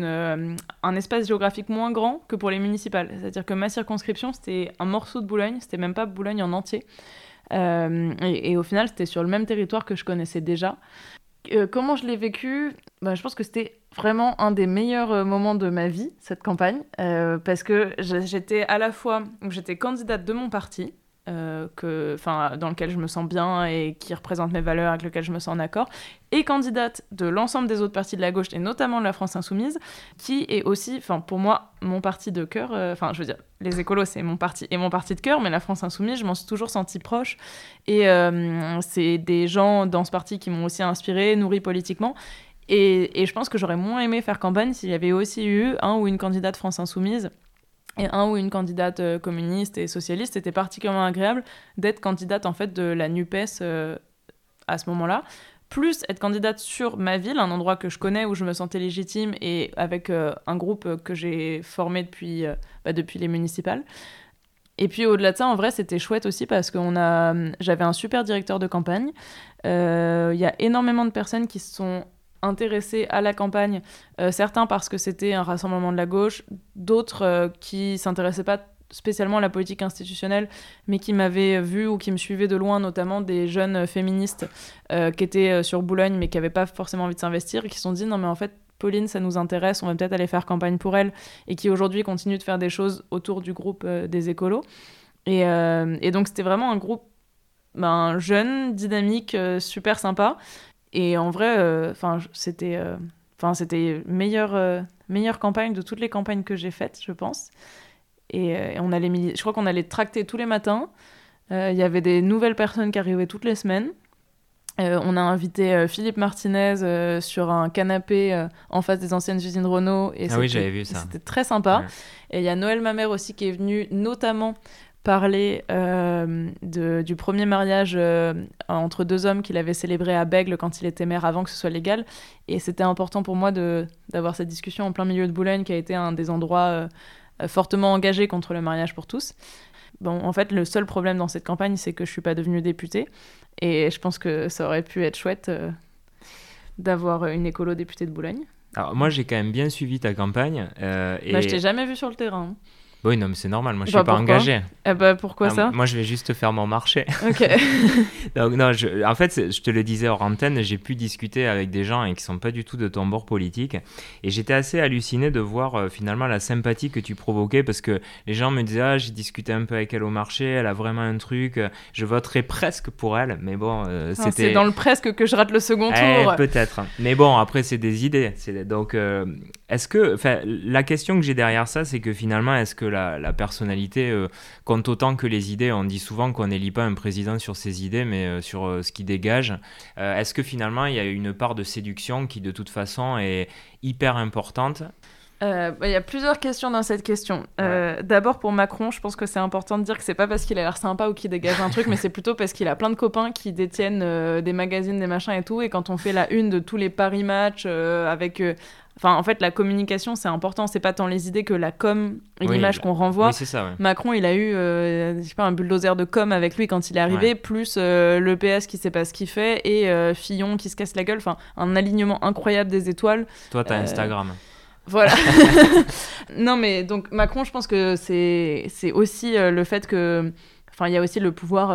un espace géographique moins grand que pour les municipales. C'est-à-dire que ma circonscription, c'était un morceau de Boulogne, c'était même pas Boulogne en entier. Et au final, c'était sur le même territoire que je connaissais déjà. Comment je l'ai vécu ? Je pense que c'était vraiment un des meilleurs moments de ma vie, cette campagne, parce que j'étais à la fois... J'étais candidate de mon parti, dans lequel je me sens bien et qui représente mes valeurs, avec lequel je me sens en accord, et candidate de l'ensemble des autres partis de la gauche, et notamment de la France Insoumise, qui est aussi, pour moi, mon parti de cœur. Je veux dire, les écolos, c'est mon parti et mon parti de cœur, mais la France Insoumise, je m'en suis toujours sentie proche, et c'est des gens dans ce parti qui m'ont aussi inspirée, nourrie politiquement, et je pense que j'aurais moins aimé faire campagne s'il y avait aussi eu un ou une candidate France Insoumise et un ou une candidate communiste et socialiste. C'était particulièrement agréable d'être candidate en fait de la NUPES à ce moment-là, plus être candidate sur ma ville, un endroit que je connais où je me sentais légitime et avec un groupe que j'ai formé depuis les municipales. Et puis au-delà de ça, en vrai, c'était chouette aussi parce que j'avais un super directeur de campagne. Il y a énormément de personnes qui se sont intéressées à la campagne, certains parce que c'était un rassemblement de la gauche, d'autres qui s'intéressaient pas spécialement à la politique institutionnelle, mais qui m'avaient vu ou qui me suivaient de loin, notamment des jeunes féministes qui étaient sur Boulogne mais qui n'avaient pas forcément envie de s'investir et qui se sont dit non mais en fait Pauline, ça nous intéresse, on va peut-être aller faire campagne pour elle, et qui aujourd'hui continue de faire des choses autour du groupe des écolos. Et donc c'était vraiment un groupe jeune, dynamique, super sympa. Et en vrai, c'était meilleure campagne de toutes les campagnes que j'ai faites, je pense. Et je crois qu'on allait tracter tous les matins. Il y avait des nouvelles personnes qui arrivaient toutes les semaines. On a invité Philippe Martinez sur un canapé en face des anciennes usines Renault. Et oui, j'avais vu ça. C'était très sympa. Ouais. Et il y a Noël Mamère aussi qui est venu notamment parler du premier mariage entre deux hommes qu'il avait célébré à Bègle quand il était maire avant que ce soit légal. Et c'était important pour moi d'avoir cette discussion en plein milieu de Boulogne, qui a été un des endroits fortement engagés contre le mariage pour tous. Bon, en fait, le seul problème dans cette campagne, c'est que je ne suis pas devenue députée. Et je pense que ça aurait pu être chouette d'avoir une écolo députée de Boulogne. Alors moi, j'ai quand même bien suivi ta campagne. Je t'ai jamais vu sur le terrain. Oui, non, mais c'est normal, moi je suis pas engagé. Pourquoi ça ? Moi je vais juste faire mon marché. Ok. Donc, non, en fait, je te le disais hors antenne, j'ai pu discuter avec des gens qui sont pas du tout de ton bord politique, et j'étais assez halluciné de voir finalement la sympathie que tu provoquais, parce que les gens me disaient j'ai discuté un peu avec elle au marché, elle a vraiment un truc, je voterais presque pour elle, mais bon, c'était... C'est dans le presque que je rate le second tour. Peut-être, mais bon, après c'est des idées. Donc, est-ce que, la question que j'ai derrière ça, c'est que finalement, est-ce que la personnalité compte autant que les idées ? On dit souvent qu'on n'élit pas un président sur ses idées, mais sur ce qu'il dégage. Est-ce que finalement, il y a une part de séduction qui, de toute façon, est hyper importante ? Il y a plusieurs questions dans cette question. D'abord, pour Macron, je pense que c'est important de dire que c'est pas parce qu'il a l'air sympa ou qu'il dégage un truc, mais c'est plutôt parce qu'il a plein de copains qui détiennent des magazines, des machins et tout. Et quand on fait la une de tous les paris matchs avec... en fait, la communication, c'est important. C'est pas tant les idées que la com et l'image qu'on renvoie. Oui, c'est ça, ouais. Macron, il a eu un bulldozer de com avec lui quand il est arrivé, plus le PS qui sait pas ce qu'il fait et Fillon qui se casse la gueule. Enfin, un alignement incroyable des étoiles. Toi, t'as Instagram. Voilà. Non, mais donc Macron, je pense que c'est aussi le fait que... il y a aussi le pouvoir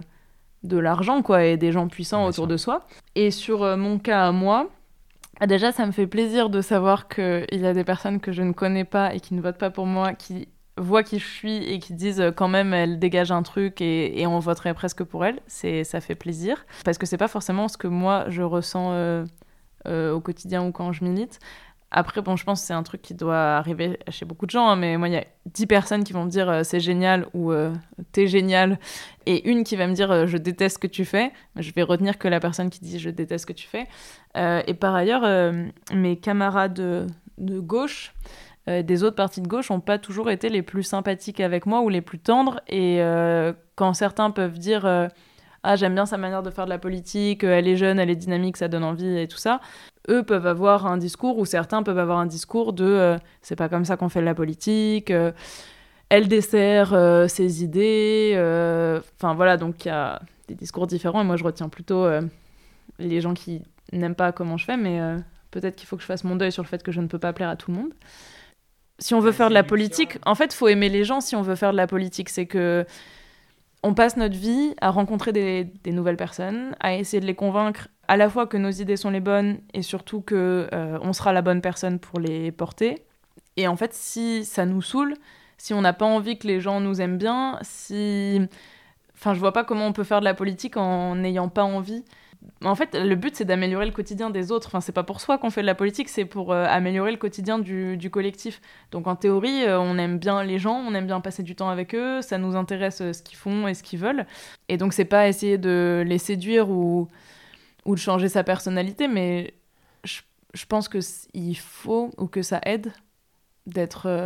de l'argent, quoi, et des gens puissants autour de soi. Et sur mon cas à moi... Déjà, ça me fait plaisir de savoir qu'il y a des personnes que je ne connais pas et qui ne votent pas pour moi, qui voient qui je suis et qui disent quand même elle dégage un truc et on voterait presque pour elle. Ça fait plaisir. Parce que c'est pas forcément ce que moi je ressens au quotidien ou quand je milite. Après, je pense que c'est un truc qui doit arriver chez beaucoup de gens, hein, mais moi, il y a 10 personnes qui vont me dire c'est génial ou t'es génial, et une qui va me dire je déteste ce que tu fais. Je vais retenir que la personne qui dit je déteste ce que tu fais. Et par ailleurs, mes camarades de gauche, des autres partis de gauche, n'ont pas toujours été les plus sympathiques avec moi ou les plus tendres. Et quand certains peuvent dire j'aime bien sa manière de faire de la politique, elle est jeune, elle est dynamique, ça donne envie et tout ça, eux peuvent avoir un discours, ou certains peuvent avoir un discours de c'est pas comme ça qu'on fait de la politique, elle dessert ses idées, voilà, donc il y a des discours différents, et moi je retiens plutôt les gens qui n'aiment pas comment je fais, mais peut-être qu'il faut que je fasse mon deuil sur le fait que je ne peux pas plaire à tout le monde. Si on veut faire de la politique, en fait, il faut aimer les gens si on veut faire de la politique, c'est que on passe notre vie à rencontrer des nouvelles personnes, à essayer de les convaincre à la fois que nos idées sont les bonnes et surtout qu'on sera la bonne personne pour les porter. Et en fait, si ça nous saoule, si on n'a pas envie que les gens nous aiment bien, je vois pas comment on peut faire de la politique en n'ayant pas envie. En fait, le but, c'est d'améliorer le quotidien des autres. C'est pas pour soi qu'on fait de la politique, c'est pour améliorer le quotidien du collectif. Donc en théorie, on aime bien les gens, on aime bien passer du temps avec eux, ça nous intéresse ce qu'ils font et ce qu'ils veulent. Et donc c'est pas essayer de les séduire ou de changer sa personnalité, mais je pense qu'il faut, ou que ça aide, d'être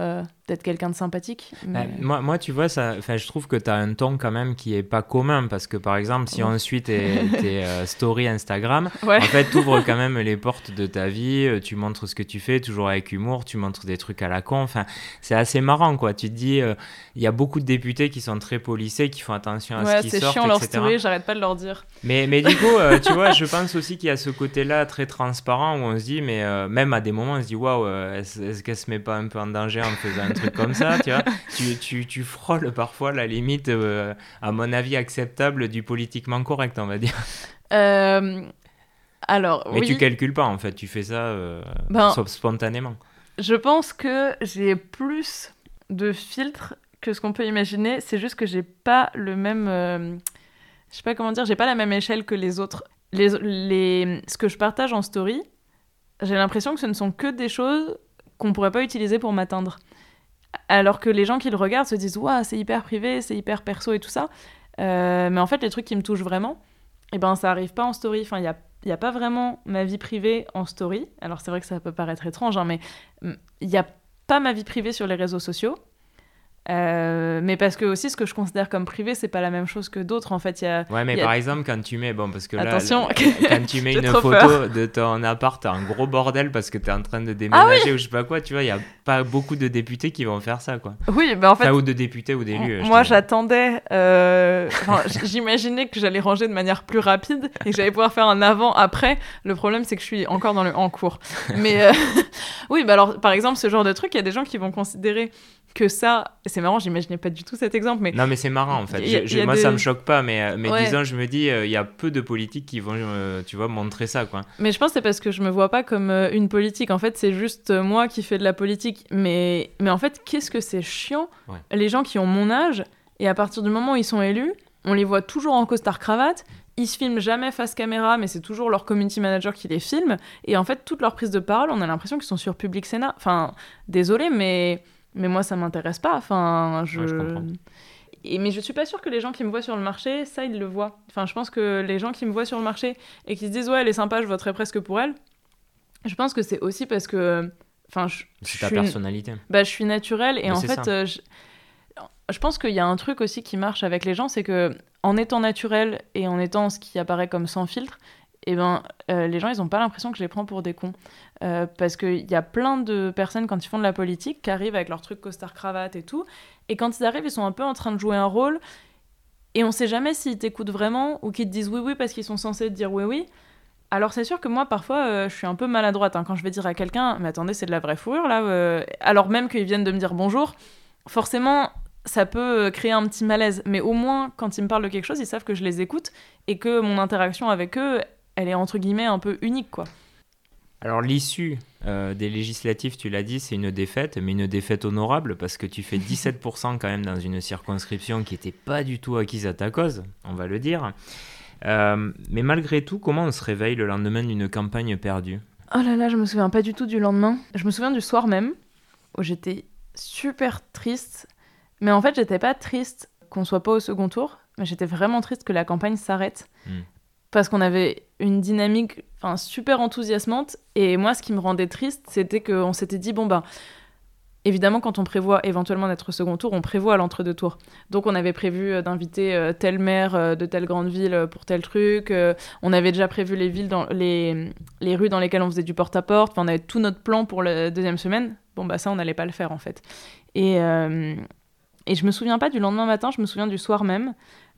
d'être quelqu'un de sympathique. Mais... Moi, tu vois, je trouve que tu as un ton quand même qui est pas commun, parce que par exemple, si on suit tes stories Instagram, en fait, tu ouvres quand même les portes de ta vie, tu montres ce que tu fais, toujours avec humour, tu montres des trucs à la con, enfin, c'est assez marrant, quoi. Tu te dis, il y a beaucoup de députés qui sont très polissés, qui font attention à ce qu'ils sortent, c'est chiant leur etc. story, j'arrête pas de leur dire. Mais du coup, tu vois, je pense aussi qu'il y a ce côté-là très transparent où on se dit, mais même à des moments, on se dit, waouh, est-ce qu'elle se met pas un peu en danger en faisant un truc comme ça, tu vois, tu frôles parfois la limite, à mon avis, acceptable du politiquement correct, on va dire. Alors, mais tu calcules pas, en fait, tu fais ça spontanément. Je pense que j'ai plus de filtres que ce qu'on peut imaginer, c'est juste que j'ai pas le même... je sais pas comment dire, j'ai pas la même échelle que les autres. Ce que je partage en story, j'ai l'impression que ce ne sont que des choses qu'on pourrait pas utiliser pour m'atteindre. Alors que les gens qui le regardent se disent « Ouah, c'est hyper privé, c'est hyper perso et tout ça ». Mais en fait, les trucs qui me touchent vraiment, ça arrive pas en story. Enfin, il y a pas vraiment ma vie privée en story. Alors c'est vrai que ça peut paraître étrange, mais il y a pas ma vie privée sur les réseaux sociaux. Mais parce que aussi ce que je considère comme privé, c'est pas la même chose que d'autres, en fait. Par exemple, quand tu mets, parce que attention, quand tu mets une photo de ton appart, t'as un gros bordel parce que t'es en train de déménager ou je sais pas quoi, tu vois, il y a pas beaucoup de députés qui vont faire ça, quoi. Oui, en fait, ou de députés ou d'élus. Moi, j'attendais, j'imaginais que j'allais ranger de manière plus rapide et que j'allais pouvoir faire un avant-après. Le problème, c'est que je suis encore dans le en cours. Mais oui, alors, par exemple, ce genre de truc, il y a des gens qui vont considérer que ça, c'est marrant, j'imaginais pas du tout cet exemple, mais... Non, mais c'est marrant, en fait. Moi, ça me choque pas, mais disons, je me dis, il y a peu de politiques qui vont, tu vois, montrer ça, quoi. Mais je pense que c'est parce que je me vois pas comme une politique. En fait, c'est juste moi qui fais de la politique. Mais en fait, qu'est-ce que c'est chiant, les gens qui ont mon âge, et à partir du moment où ils sont élus, on les voit toujours en costard-cravate, ils se filment jamais face caméra, mais c'est toujours leur community manager qui les filme, et en fait, toute leur prise de parole, on a l'impression qu'ils sont sur Public Sénat. Enfin, désolé, mais moi, ça m'intéresse pas. Enfin, je comprends. Mais je suis pas sûre que les gens qui me voient sur le marché, ça, ils le voient. Enfin, je pense que les gens qui me voient sur le marché et qui se disent « Ouais, elle est sympa, je voterai presque pour elle », je pense que c'est aussi parce que... c'est ta personnalité. Je suis naturelle et en fait, je pense qu'il y a un truc aussi qui marche avec les gens, c'est que en étant naturelle et en étant ce qui apparaît comme sans filtre, les gens, ils n'ont pas l'impression que je les prends pour des cons. Parce qu'il y a plein de personnes, quand ils font de la politique, qui arrivent avec leur truc costard-cravate et tout, et quand ils arrivent, ils sont un peu en train de jouer un rôle, et on sait jamais s'ils t'écoutent vraiment, ou qu'ils te disent oui parce qu'ils sont censés te dire oui. Alors c'est sûr que moi, parfois, je suis un peu maladroite, quand je vais dire à quelqu'un « Mais attendez, c'est de la vraie fourrure, là ?» Alors même qu'ils viennent de me dire bonjour, forcément... ça peut créer un petit malaise, mais au moins, quand ils me parlent de quelque chose, ils savent que je les écoute, et que mon interaction avec eux, elle est entre guillemets un peu unique, quoi. Alors l'issue des législatives, tu l'as dit, c'est une défaite, mais une défaite honorable, parce que tu fais 17% quand même dans une circonscription qui n'était pas du tout acquise à ta cause, on va le dire. Mais malgré tout, comment on se réveille le lendemain d'une campagne perdue ? Oh là là, je me souviens pas du tout du lendemain. Je me souviens du soir même, où j'étais super triste. Mais en fait, j'étais pas triste qu'on soit pas au second tour, mais j'étais vraiment triste que la campagne s'arrête. Parce qu'on avait une dynamique super enthousiasmante. Et moi, ce qui me rendait triste, c'était qu'on s'était dit, évidemment, quand on prévoit éventuellement d'être au second tour, on prévoit l'entre-deux tours. Donc, on avait prévu d'inviter tel maire de telle grande ville pour tel truc. On avait déjà prévu les villes les rues dans lesquelles on faisait du porte-à-porte. On avait tout notre plan pour la deuxième semaine. Ça, on n'allait pas le faire, en fait. Et je me souviens pas du lendemain matin, je me souviens du soir même.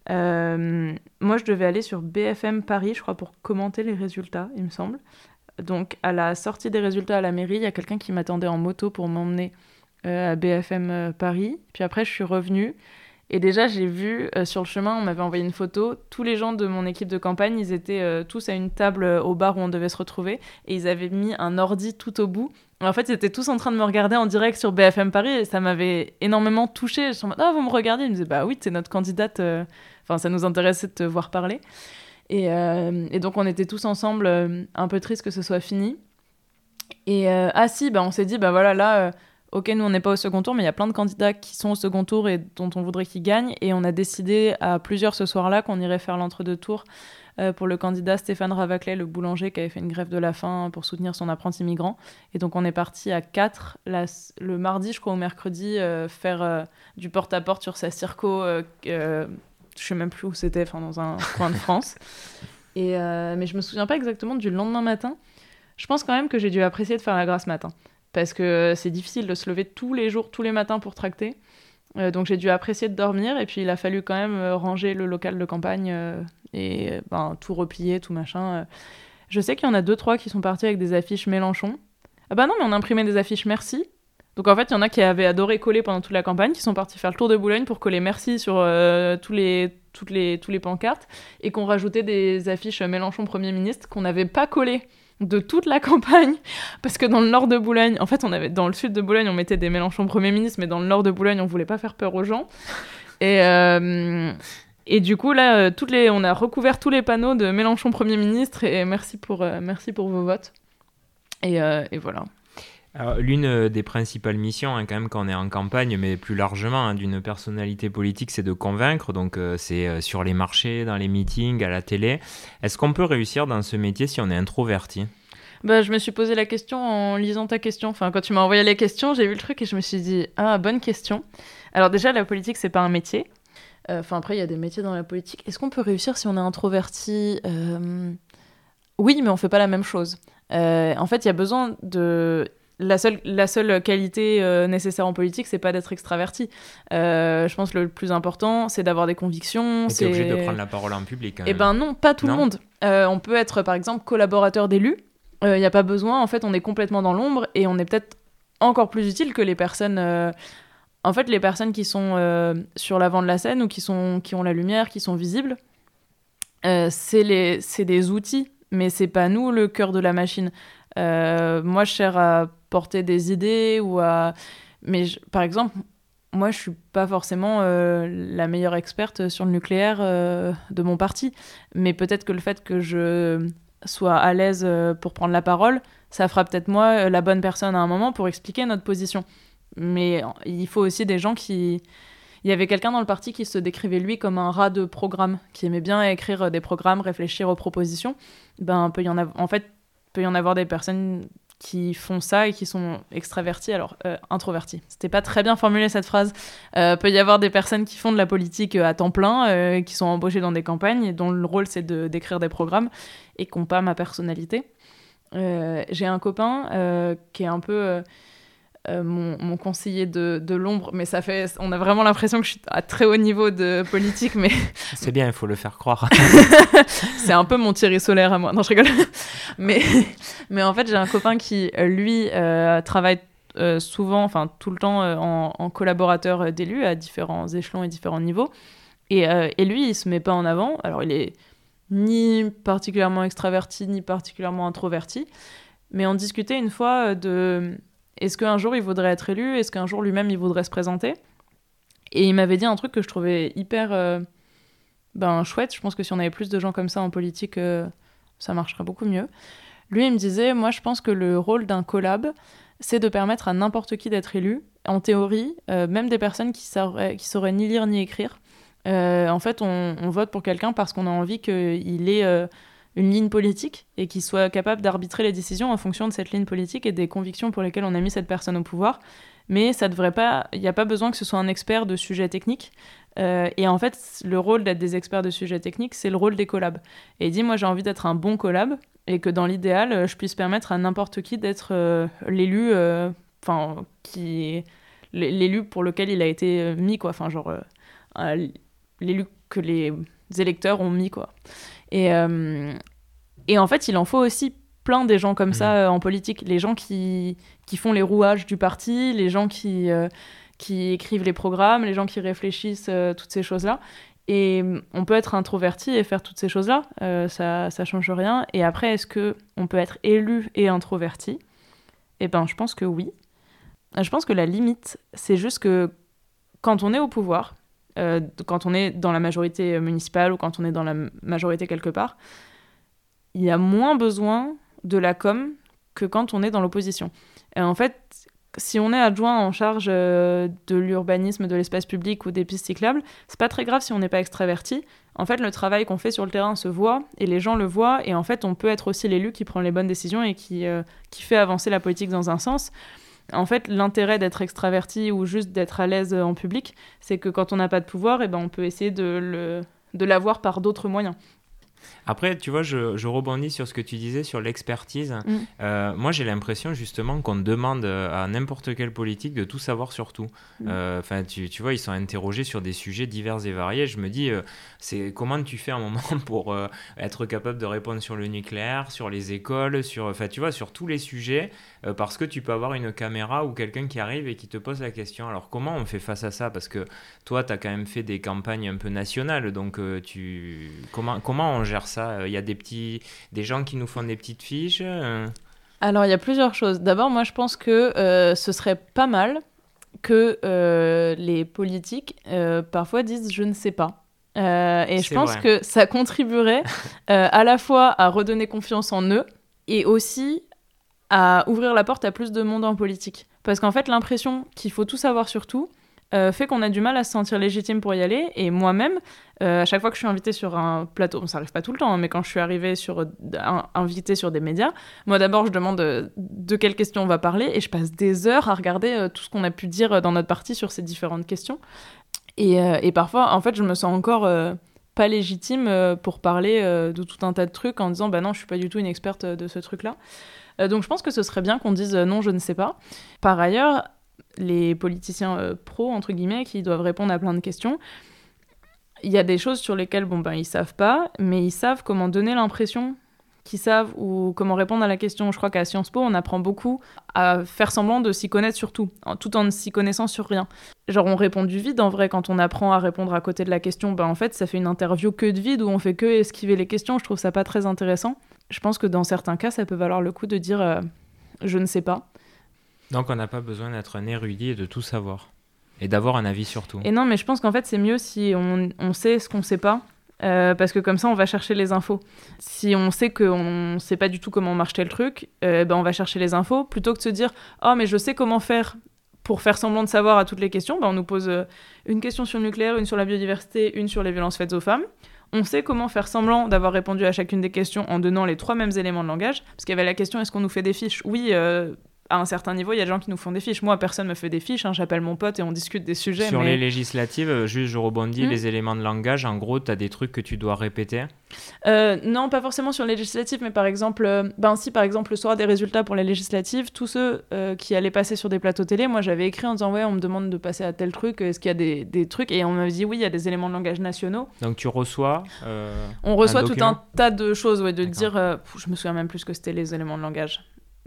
Moi, je devais aller sur BFM Paris, je crois, pour commenter les résultats, il me semble. Donc, à la sortie des résultats à la mairie, il y a quelqu'un qui m'attendait en moto pour m'emmener à BFM Paris. Puis après, je suis revenue. Et déjà, j'ai vu, sur le chemin, on m'avait envoyé une photo. Tous les gens de mon équipe de campagne, ils étaient tous à une table au bar où on devait se retrouver. Et ils avaient mis un ordi tout au bout. Et en fait, ils étaient tous en train de me regarder en direct sur BFM Paris. Et ça m'avait énormément touchée. Je suis en mode, « Ah, vous me regardez ?» Ils me disaient, « Bah oui, c'est notre candidate. » ça nous intéressait de te voir parler. Et donc, on était tous ensemble, un peu tristes que ce soit fini. Et on s'est dit, voilà, là... ok, nous on n'est pas au second tour, mais il y a plein de candidats qui sont au second tour et dont on voudrait qu'ils gagnent. Et on a décidé à plusieurs ce soir-là qu'on irait faire l'entre-deux tours pour le candidat Stéphane Ravaclet, le boulanger qui avait fait une grève de la faim pour soutenir son apprenti migrant. Et donc on est parti à 4 le mardi, je crois, ou mercredi, faire du porte-à-porte sur sa circo. Je sais même plus où c'était, dans un coin de France. Mais je me souviens pas exactement du lendemain matin. Je pense quand même que j'ai dû apprécier de faire la grasse matin. Parce que c'est difficile de se lever tous les jours, tous les matins pour tracter. Donc j'ai dû apprécier de dormir. Et puis il a fallu quand même ranger le local de campagne et tout replier, tout machin. Je sais qu'il y en a 2-3 qui sont partis avec des affiches Mélenchon. Ah bah non, mais on a imprimé des affiches Merci. Donc en fait, il y en a qui avaient adoré coller pendant toute la campagne, qui sont partis faire le tour de Boulogne pour coller Merci sur tous les pancartes, et qu'on rajoutait des affiches Mélenchon Premier ministre qu'on n'avait pas collées de toute la campagne, parce que dans le nord de Boulogne, en fait, dans le sud de Boulogne, on mettait des Mélenchon Premier ministre, mais dans le nord de Boulogne, on voulait pas faire peur aux gens. Et du coup, là, on a recouvert tous les panneaux de Mélenchon Premier ministre, et merci pour vos votes. Et voilà. Alors, l'une des principales missions, quand même, quand on est en campagne, mais plus largement, d'une personnalité politique, c'est de convaincre. Donc, c'est sur les marchés, dans les meetings, à la télé. Est-ce qu'on peut réussir dans ce métier si on est introverti ? Je me suis posé la question en lisant ta question. Quand tu m'as envoyé les questions, j'ai vu le truc et je me suis dit « Ah, bonne question ». Alors déjà, la politique, c'est pas un métier. Après, il y a des métiers dans la politique. Est-ce qu'on peut réussir si on est introverti ? Oui, mais on fait pas la même chose. En fait, il y a besoin de... La seule qualité nécessaire en politique, c'est pas d'être extraverti. Je pense que le plus important, c'est d'avoir des convictions. T'es obligé de prendre la parole en public. Eh ben non, pas tout le monde. On peut être, par exemple, collaborateur d'élus. Il n'y a pas besoin, en fait, on est complètement dans l'ombre et on est peut-être encore plus utile que les personnes... En fait, les personnes qui sont sur l'avant de la scène ou qui ont la lumière, qui sont visibles, c'est des outils, mais c'est pas nous le cœur de la machine. Moi, je sers à porter des idées mais par exemple, moi, je suis pas forcément la meilleure experte sur le nucléaire de mon parti, mais peut-être que le fait que je sois à l'aise pour prendre la parole, ça fera peut-être moi la bonne personne à un moment pour expliquer notre position. Mais il faut aussi des gens qui... Il y avait quelqu'un dans le parti qui se décrivait lui comme un rat de programme, qui aimait bien écrire des programmes, réfléchir aux propositions. Peut y en avoir des personnes qui font ça et qui sont extravertis, introvertis. C'était pas très bien formulé cette phrase. Peut y avoir des personnes qui font de la politique à temps plein, qui sont embauchées dans des campagnes et dont le rôle c'est d'écrire des programmes et qui n'ont pas ma personnalité. J'ai un copain qui est un peu mon conseiller de l'ombre, mais on a vraiment l'impression que je suis à très haut niveau de politique, mais... C'est bien, il faut le faire croire. C'est un peu mon Thierry Solaire à moi. Non, je rigole. Mais en fait, j'ai un copain qui, lui, travaille souvent, tout le temps, en collaborateur d'élus à différents échelons et différents niveaux. Et lui, il se met pas en avant. Alors, il est ni particulièrement extraverti, ni particulièrement introverti. Mais on discutait une fois de... Est-ce qu'un jour, il voudrait être élu ? Est-ce qu'un jour, lui-même, il voudrait se présenter ? Et il m'avait dit un truc que je trouvais hyper chouette. Je pense que si on avait plus de gens comme ça en politique, ça marcherait beaucoup mieux. Lui, il me disait, moi, je pense que le rôle d'un collab, c'est de permettre à n'importe qui d'être élu. En théorie, même des personnes qui sauraient ni lire ni écrire. En fait, on vote pour quelqu'un parce qu'on a envie qu'il ait... une ligne politique et qu'il soit capable d'arbitrer les décisions en fonction de cette ligne politique et des convictions pour lesquelles on a mis cette personne au pouvoir. Mais ça devrait pas... Il n'y a pas besoin que ce soit un expert de sujets techniques. Et en fait, le rôle d'être des experts de sujets techniques, c'est le rôle des collabs. Et il dit, moi, j'ai envie d'être un bon collab et que dans l'idéal, je puisse permettre à n'importe qui d'être l'élu... l'élu pour lequel il a été mis, quoi. L'élu que les électeurs ont mis, quoi. Et en fait, il en faut aussi plein des gens comme ça en politique. Les gens qui font les rouages du parti, les gens qui écrivent les programmes, les gens qui réfléchissent, toutes ces choses-là. Et on peut être introverti et faire toutes ces choses-là. Ça change rien. Et après, est-ce qu'on peut être élu et introverti ? Eh ben, je pense que oui. Je pense que la limite, c'est juste que quand on est au pouvoir... quand on est dans la majorité municipale ou quand on est dans la majorité quelque part, il y a moins besoin de la com que quand on est dans l'opposition. Et en fait, si on est adjoint en charge de l'urbanisme, de l'espace public ou des pistes cyclables, c'est pas très grave si on n'est pas extraverti. En fait, le travail qu'on fait sur le terrain se voit et les gens le voient. Et en fait, on peut être aussi l'élu qui prend les bonnes décisions et qui fait avancer la politique dans un sens. En fait, l'intérêt d'être extraverti ou juste d'être à l'aise en public, c'est que quand on n'a pas de pouvoir, on peut essayer de l'avoir par d'autres moyens. Après, tu vois, je rebondis sur ce que tu disais sur l'expertise. Moi, j'ai l'impression justement qu'on demande à n'importe quel politique de tout savoir sur tout. Enfin, tu vois, ils sont interrogés sur des sujets divers et variés. Je me dis, c'est comment tu fais un moment pour être capable de répondre sur le nucléaire, sur les écoles, enfin, tu vois, sur tous les sujets, parce que tu peux avoir une caméra ou quelqu'un qui arrive et qui te pose la question. Alors, comment on fait face à ça? Parce que toi, tu as quand même fait des campagnes un peu nationales, donc comment on gère ça? Il y a des gens qui nous font des petites fiches. Alors, il y a plusieurs choses. D'abord, moi, je pense que ce serait pas mal que les politiques parfois disent « je ne sais pas ». Et je pense que ça contribuerait à la fois à redonner confiance en eux et aussi à ouvrir la porte à plus de monde en politique. Parce qu'en fait, l'impression qu'il faut tout savoir sur tout fait qu'on a du mal à se sentir légitime pour y aller. Et moi-même, à chaque fois que je suis invitée sur un plateau, ça n'arrive pas tout le temps, mais quand je suis arrivée invitée sur des médias, moi d'abord je demande de quelles questions on va parler et je passe des heures à regarder tout ce qu'on a pu dire dans notre parti sur ces différentes questions. Et parfois, en fait, je me sens encore pas légitime pour parler de tout un tas de trucs en disant « bah non, je suis pas du tout une experte de ce truc-là ». Donc je pense que ce serait bien qu'on dise « non, je ne sais pas ». Par ailleurs, les politiciens pros, entre guillemets, qui doivent répondre à plein de questions, il y a des choses sur lesquelles ils savent pas, mais ils savent comment donner l'impression qu'ils savent ou comment répondre à la question. Je crois qu'à Sciences Po, on apprend beaucoup à faire semblant de s'y connaître sur tout en ne s'y connaissant sur rien. Genre, on répond du vide, en vrai, quand on apprend à répondre à côté de la question, en fait, ça fait une interview que de vide où on fait que esquiver les questions. Je trouve ça pas très intéressant. Je pense que dans certains cas, ça peut valoir le coup de dire je ne sais pas ». Donc on n'a pas besoin d'être un érudit et de tout savoir. Et d'avoir un avis sur tout. Et non, mais je pense qu'en fait, c'est mieux si on sait ce qu'on sait pas. Parce que comme ça, on va chercher les infos. Si on sait qu'on sait pas du tout comment marche tel truc, on va chercher les infos. Plutôt que de se dire « Oh, mais je sais comment faire pour faire semblant de savoir à toutes les questions », on nous pose une question sur le nucléaire, une sur la biodiversité, une sur les violences faites aux femmes. On sait comment faire semblant d'avoir répondu à chacune des questions en donnant les 3 mêmes éléments de langage. Parce qu'il y avait la question « Est-ce qu'on nous fait des fiches ?» Oui, à un certain niveau, il y a des gens qui nous font des fiches. Moi, personne me fait des fiches. J'appelle mon pote et on discute des sujets. Sur les législatives, juste je rebondis, les éléments de langage, en gros, tu as des trucs que tu dois répéter Non, pas forcément sur les législatives, mais par exemple, si par exemple le soir des résultats pour les législatives, tous ceux qui allaient passer sur des plateaux télé, moi j'avais écrit en disant ouais, on me demande de passer à tel truc, est-ce qu'il y a des trucs, et on m'avait dit oui, il y a des éléments de langage nationaux. Donc tu reçois on reçoit tout un tas de choses, de dire, je me souviens même plus ce que c'était les éléments de langage.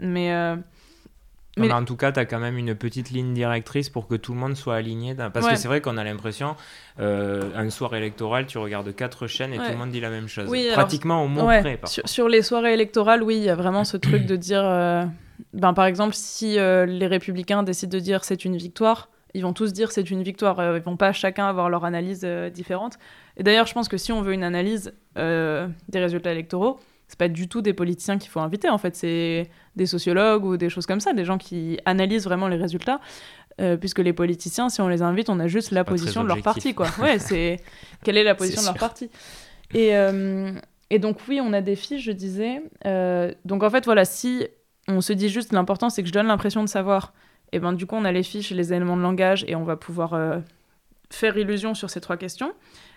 Mais en tout cas, tu as quand même une petite ligne directrice pour que tout le monde soit aligné. Parce que c'est vrai qu'on a l'impression, un soir électoral, tu regardes 4 chaînes et tout le monde dit la même chose. Oui, pratiquement au mot près. Sur les soirées électorales, oui, il y a vraiment ce truc de dire... par exemple, si les Républicains décident de dire c'est une victoire, ils vont tous dire c'est une victoire. Ils vont pas chacun avoir leur analyse différente. Et d'ailleurs, je pense que si on veut une analyse des résultats électoraux, c'est pas du tout des politiciens qu'il faut inviter, en fait, c'est des sociologues ou des choses comme ça, des gens qui analysent vraiment les résultats, puisque les politiciens, si on les invite, on a juste la position de leur parti, quoi. Ouais, c'est quelle est la position de leur parti. Et donc oui, on a des fiches, je disais. Donc en fait, voilà, si on se dit juste l'important, c'est que je donne l'impression de savoir, et du coup, on a les fiches et les éléments de langage, et on va pouvoir faire illusion sur ces 3 questions.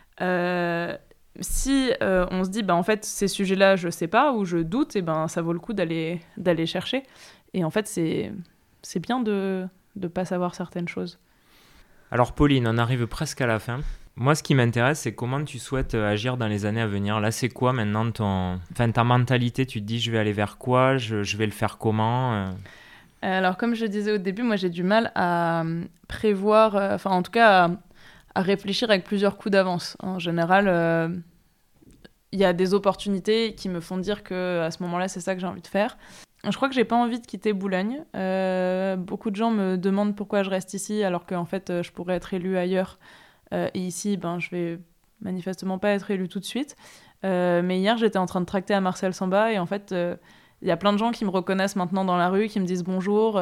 Si on se dit en fait ces sujets-là je sais pas ou je doute, ça vaut le coup d'aller chercher, et en fait c'est bien de pas savoir certaines choses. Alors Pauline, on arrive presque à la fin. Moi ce qui m'intéresse, c'est comment tu souhaites agir dans les années à venir. Là c'est quoi maintenant ta mentalité? Tu te dis je vais aller vers quoi, je vais le faire comment Alors comme je disais au début, moi j'ai du mal à prévoir, en tout cas à réfléchir avec plusieurs coups d'avance. En général, il y a des opportunités qui me font dire qu'à ce moment-là, c'est ça que j'ai envie de faire. Je crois que j'ai pas envie de quitter Boulogne. Beaucoup de gens me demandent pourquoi je reste ici, alors qu'en fait, je pourrais être élue ailleurs. Et ici, je vais manifestement pas être élue tout de suite. Mais hier, j'étais en train de tracter à Marcel Samba, et en fait, Il y a plein de gens qui me reconnaissent maintenant dans la rue, qui me disent bonjour.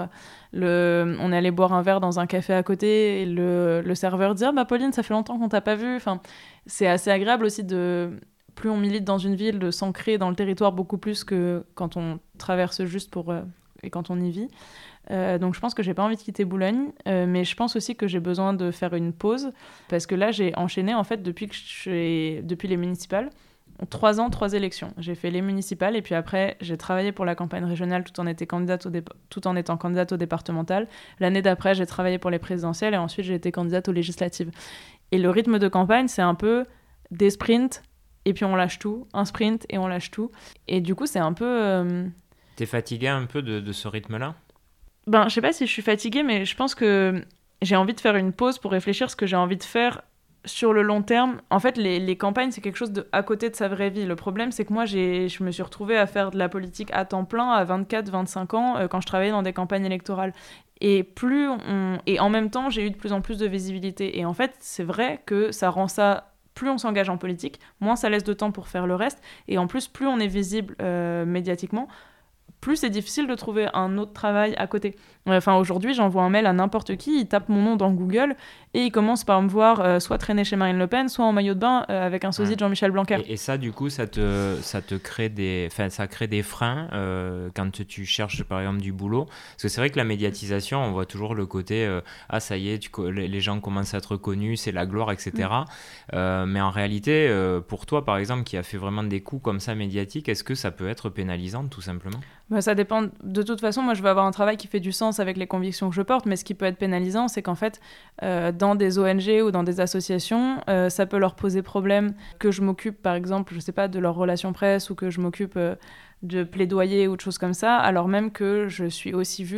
On est allé boire un verre dans un café à côté et le serveur dit « Ah bah Pauline, ça fait longtemps qu'on t'a pas vue ». Enfin, c'est assez agréable aussi plus on milite dans une ville, de s'ancrer dans le territoire beaucoup plus que quand on traverse juste et quand on y vit. Donc je pense que j'ai pas envie de quitter Boulogne, mais je pense aussi que j'ai besoin de faire une pause parce que là j'ai enchaîné en fait depuis les municipales, 3 ans, 3 élections. J'ai fait les municipales et puis après j'ai travaillé pour la campagne régionale tout en étant candidate au départemental. L'année d'après j'ai travaillé pour les présidentielles et ensuite j'ai été candidate aux législatives. Et le rythme de campagne c'est un peu des sprints et puis on lâche tout, un sprint et on lâche tout. Et du coup c'est un peu... T'es fatiguée un peu de ce rythme-là ? Je sais pas si je suis fatiguée, mais je pense que j'ai envie de faire une pause pour réfléchir ce que j'ai envie de faire sur le long terme. En fait, les campagnes, c'est quelque chose à côté de sa vraie vie. Le problème, c'est que moi, je me suis retrouvée à faire de la politique à temps plein à 24-25 ans quand je travaillais dans des campagnes électorales. Et en même temps, j'ai eu de plus en plus de visibilité. Et en fait, c'est vrai que ça rend ça... Plus on s'engage en politique, moins ça laisse de temps pour faire le reste. Et en plus, plus on est visible médiatiquement, plus c'est difficile de trouver un autre travail à côté. Aujourd'hui, j'envoie un mail à n'importe qui, il tape mon nom dans Google et il commence par me voir soit traîner chez Marine Le Pen, soit en maillot de bain avec un sosie de Jean-Michel Blanquer. Et ça, du coup, ça crée des freins quand tu cherches, par exemple, du boulot. Parce que c'est vrai que la médiatisation, on voit toujours le côté ah, ça y est, les gens commencent à être connus, c'est la gloire, etc. Mais en réalité, pour toi, par exemple, qui a fait vraiment des coups comme ça médiatiques, est-ce que ça peut être pénalisant, tout simplement ? Ça dépend. De toute façon, moi, je veux avoir un travail qui fait du sens avec les convictions que je porte, mais ce qui peut être pénalisant, c'est qu'en fait, dans des ONG ou dans des associations, ça peut leur poser problème que je m'occupe, par exemple, je sais pas, de leurs relations presse ou que je m'occupe de plaidoyer ou de choses comme ça, alors même que je suis aussi vue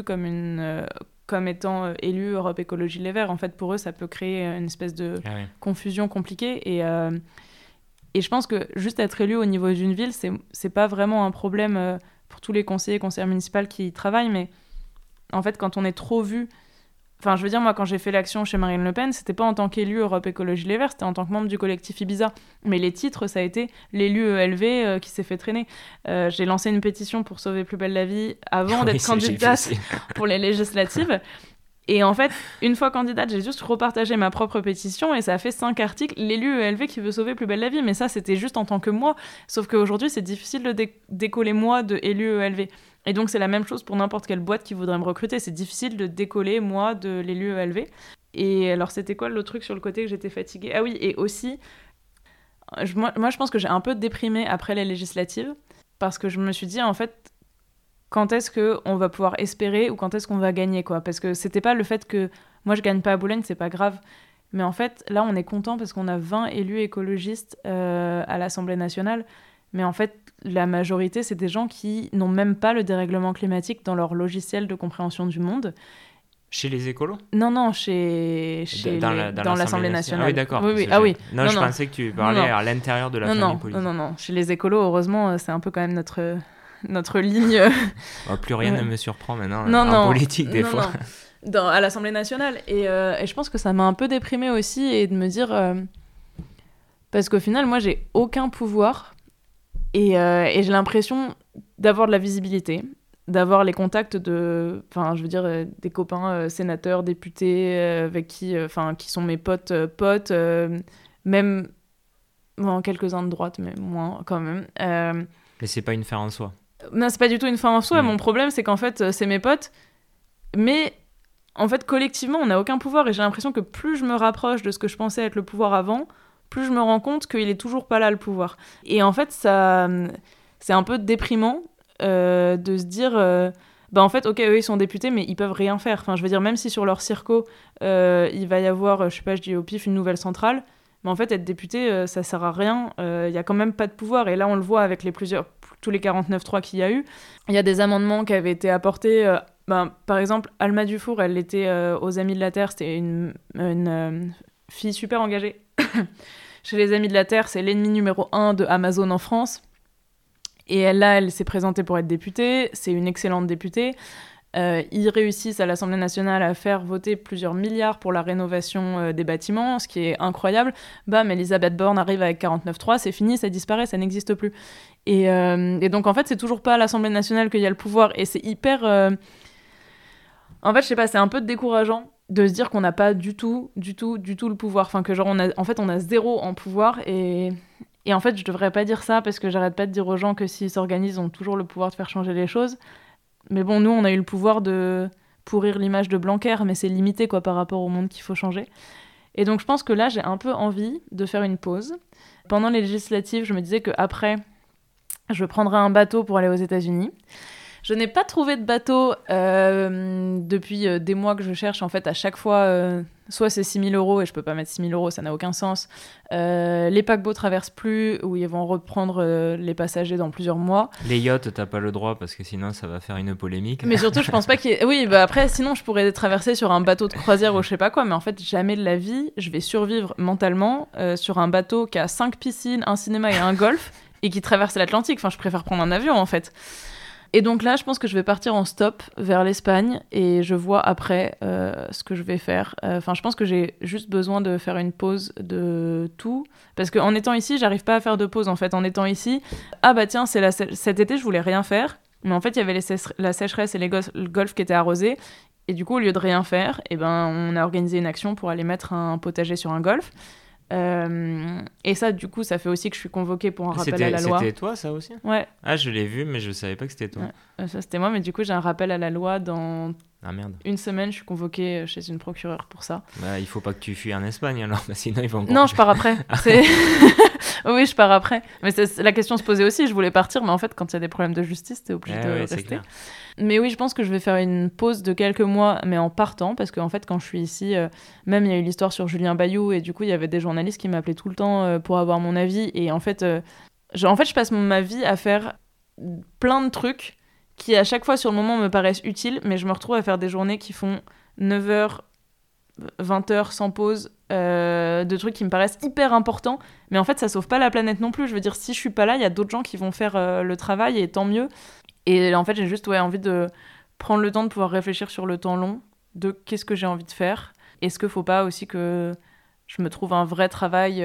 comme étant élue Europe Écologie Les Verts. En fait, pour eux, ça peut créer une espèce de confusion compliquée. Et je pense que juste être élu au niveau d'une ville, c'est pas vraiment un problème... pour tous les conseillers et conseillères municipales qui y travaillent, mais en fait, quand on est trop vu... Enfin, je veux dire, moi, quand j'ai fait l'action chez Marine Le Pen, c'était pas en tant qu'élu Europe Écologie Les Verts, c'était en tant que membre du collectif Ibiza. Mais les titres, ça a été l'élu ELV qui s'est fait traîner. J'ai lancé une pétition pour sauver Plus belle la vie avant d'être candidate pour les législatives. Et en fait, une fois candidate, j'ai juste repartagé ma propre pétition et ça a fait 5 articles. L'élu ELV qui veut sauver Plus belle la vie. Mais ça, c'était juste en tant que moi. Sauf qu'aujourd'hui, c'est difficile de décoller moi de élu ELV. Et donc, c'est la même chose pour n'importe quelle boîte qui voudrait me recruter. C'est difficile de décoller moi de l'élu ELV. Et alors, c'était quoi l'autre truc sur le côté que j'étais fatiguée ? Ah oui, et aussi, moi, je pense que j'ai un peu déprimé après les législatives parce que je me suis dit, en fait, quand est-ce qu'on va pouvoir espérer ou quand est-ce qu'on va gagner, quoi. Parce que c'était pas le fait que moi je gagne pas à Boulogne, c'est pas grave. Mais en fait, là, on est content parce qu'on a 20 élus écologistes à l'Assemblée nationale. Mais en fait, la majorité, c'est des gens qui n'ont même pas le dérèglement climatique dans leur logiciel de compréhension du monde. Chez les écolos ? Non, dans l'Assemblée nationale. Ah oui, d'accord. Oui. Ah oui. Non, je pensais que tu parlais à l'intérieur de la famille politique. Non. Chez les écolos, heureusement, c'est un peu quand même notre ligne. Plus rien ne me surprend maintenant en politique des fois. À l'Assemblée nationale. Et je pense que ça m'a un peu déprimée aussi et de me dire... parce qu'au final, moi, j'ai aucun pouvoir et j'ai l'impression d'avoir de la visibilité, d'avoir les contacts des copains sénateurs, députés, avec qui sont mes potes, même quelques-uns de droite, mais moins quand même. Mais c'est pas une fin en soi. Non, c'est pas du tout une fin en soi. Mon problème, c'est qu'en fait, c'est mes potes, mais en fait, collectivement, on n'a aucun pouvoir. Et j'ai l'impression que plus je me rapproche de ce que je pensais être le pouvoir avant, plus je me rends compte qu'il est toujours pas là, le pouvoir. Et en fait, ça, c'est un peu déprimant de se dire... en fait, ok, eux, ils sont députés, mais ils peuvent rien faire. Enfin, je veux dire, même si sur leur circo, il va y avoir, je sais pas, je dis au pif, une nouvelle centrale, mais en fait, être député, ça sert à rien. Il y a quand même pas de pouvoir. Et là, on le voit avec tous les 49.3 qu'il y a eu. Il y a des amendements qui avaient été apportés. Par exemple, Alma Dufour, elle était aux Amis de la Terre. C'était une fille super engagée. Chez les Amis de la Terre, c'est l'ennemi numéro 1 de Amazon en France. Et elle s'est présentée pour être députée. C'est une excellente députée. Ils réussissent à l'Assemblée nationale à faire voter plusieurs milliards pour la rénovation des bâtiments, ce qui est incroyable. Bam, Elisabeth Borne arrive avec 49.3, c'est fini, ça disparaît, ça n'existe plus. Et donc en fait, c'est toujours pas à l'Assemblée nationale qu'il y a le pouvoir, et c'est hyper... En fait, je sais pas, c'est un peu décourageant de se dire qu'on n'a pas du tout le pouvoir. Enfin, que genre, on a zéro en pouvoir, et en fait, je devrais pas dire ça, parce que j'arrête pas de dire aux gens que s'ils s'organisent, ils ont toujours le pouvoir de faire changer les choses. Mais bon, nous, on a eu le pouvoir de pourrir l'image de Blanquer, mais c'est limité, quoi, par rapport au monde qu'il faut changer. Et donc, je pense que là, j'ai un peu envie de faire une pause. Pendant les législatives, je me disais qu'après, je prendrais un bateau pour aller aux États-Unis. Je n'ai pas trouvé de bateau depuis des mois que je cherche. En fait, à chaque fois, soit c'est 6 000 € et je peux pas mettre 6 000 €, ça n'a aucun sens. Les paquebots traversent plus, ou ils vont reprendre les passagers dans plusieurs mois. Les yachts, t'as pas le droit parce que sinon ça va faire une polémique. Mais surtout, je pense pas qu'il y ait... Oui, bah après, sinon je pourrais traverser sur un bateau de croisière ou je sais pas quoi, mais en fait, jamais de la vie, je vais survivre mentalement sur un bateau qui a 5 piscines, un cinéma et un golf, et qui traverse l'Atlantique. Enfin, je préfère prendre un avion, en fait. Et donc là, je pense que je vais partir en stop vers l'Espagne et je vois après ce que je vais faire. Enfin, je pense que j'ai juste besoin de faire une pause de tout. Parce qu'en étant ici, j'arrive pas à faire de pause, en fait. En étant ici, ah bah tiens, cet été, je voulais rien faire. Mais en fait, il y avait la sécheresse et le golf qui étaient arrosés. Et du coup, au lieu de rien faire, eh ben, on a organisé une action pour aller mettre un potager sur un golf. Et ça, du coup, ça fait aussi que je suis convoquée pour un rappel à la loi. C'était toi, ça aussi ? Ouais. Ah, je l'ai vu, mais je savais pas que c'était toi. Ouais. Ça, c'était moi, mais du coup, j'ai un rappel à la loi dans merde. une semaine. Je suis convoquée chez une procureure pour ça. Bah, il faut pas que tu fuis en Espagne, alors, sinon ils vont... Non, je pars après. Oui, je pars après. Mais la question se posait aussi, je voulais partir, mais en fait, quand il y a des problèmes de justice, t'es obligé de rester. Clair. Mais oui, je pense que je vais faire une pause de quelques mois, mais en partant, parce qu'en fait, quand je suis ici, même il y a eu l'histoire sur Julien Bayou, et du coup, il y avait des journalistes qui m'appelaient tout le temps pour avoir mon avis, et en fait, je passe ma vie à faire plein de trucs qui, à chaque fois, sur le moment, me paraissent utiles, mais je me retrouve à faire des journées qui font 9h, 20h sans pause, de trucs qui me paraissent hyper importants, mais en fait, ça sauve pas la planète non plus. Je veux dire, si je suis pas là, il y a d'autres gens qui vont faire le travail, et tant mieux. Et en fait, j'ai juste envie de prendre le temps de pouvoir réfléchir sur le temps long, de qu'est-ce que j'ai envie de faire. Est-ce qu'il ne faut pas aussi que je me trouve un vrai travail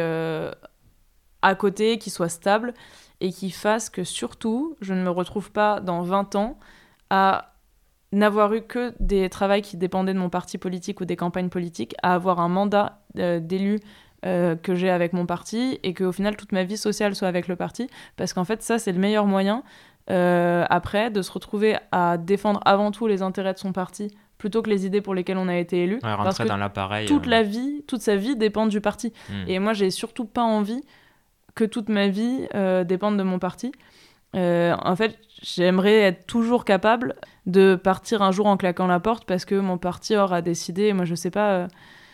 à côté, qui soit stable, et qui fasse que surtout, je ne me retrouve pas dans 20 ans à n'avoir eu que des travails qui dépendaient de mon parti politique ou des campagnes politiques, à avoir un mandat d'élu que j'ai avec mon parti, et qu'au final, toute ma vie sociale soit avec le parti. Parce qu'en fait, ça, c'est le meilleur moyen... après, de se retrouver à défendre avant tout les intérêts de son parti plutôt que les idées pour lesquelles on a été élu. Ouais, rentrer dans l'appareil. Toute sa vie dépend du parti. Et moi, j'ai surtout pas envie que toute ma vie dépende de mon parti. En fait, j'aimerais être toujours capable de partir un jour en claquant la porte parce que mon parti aura décidé, moi je sais pas...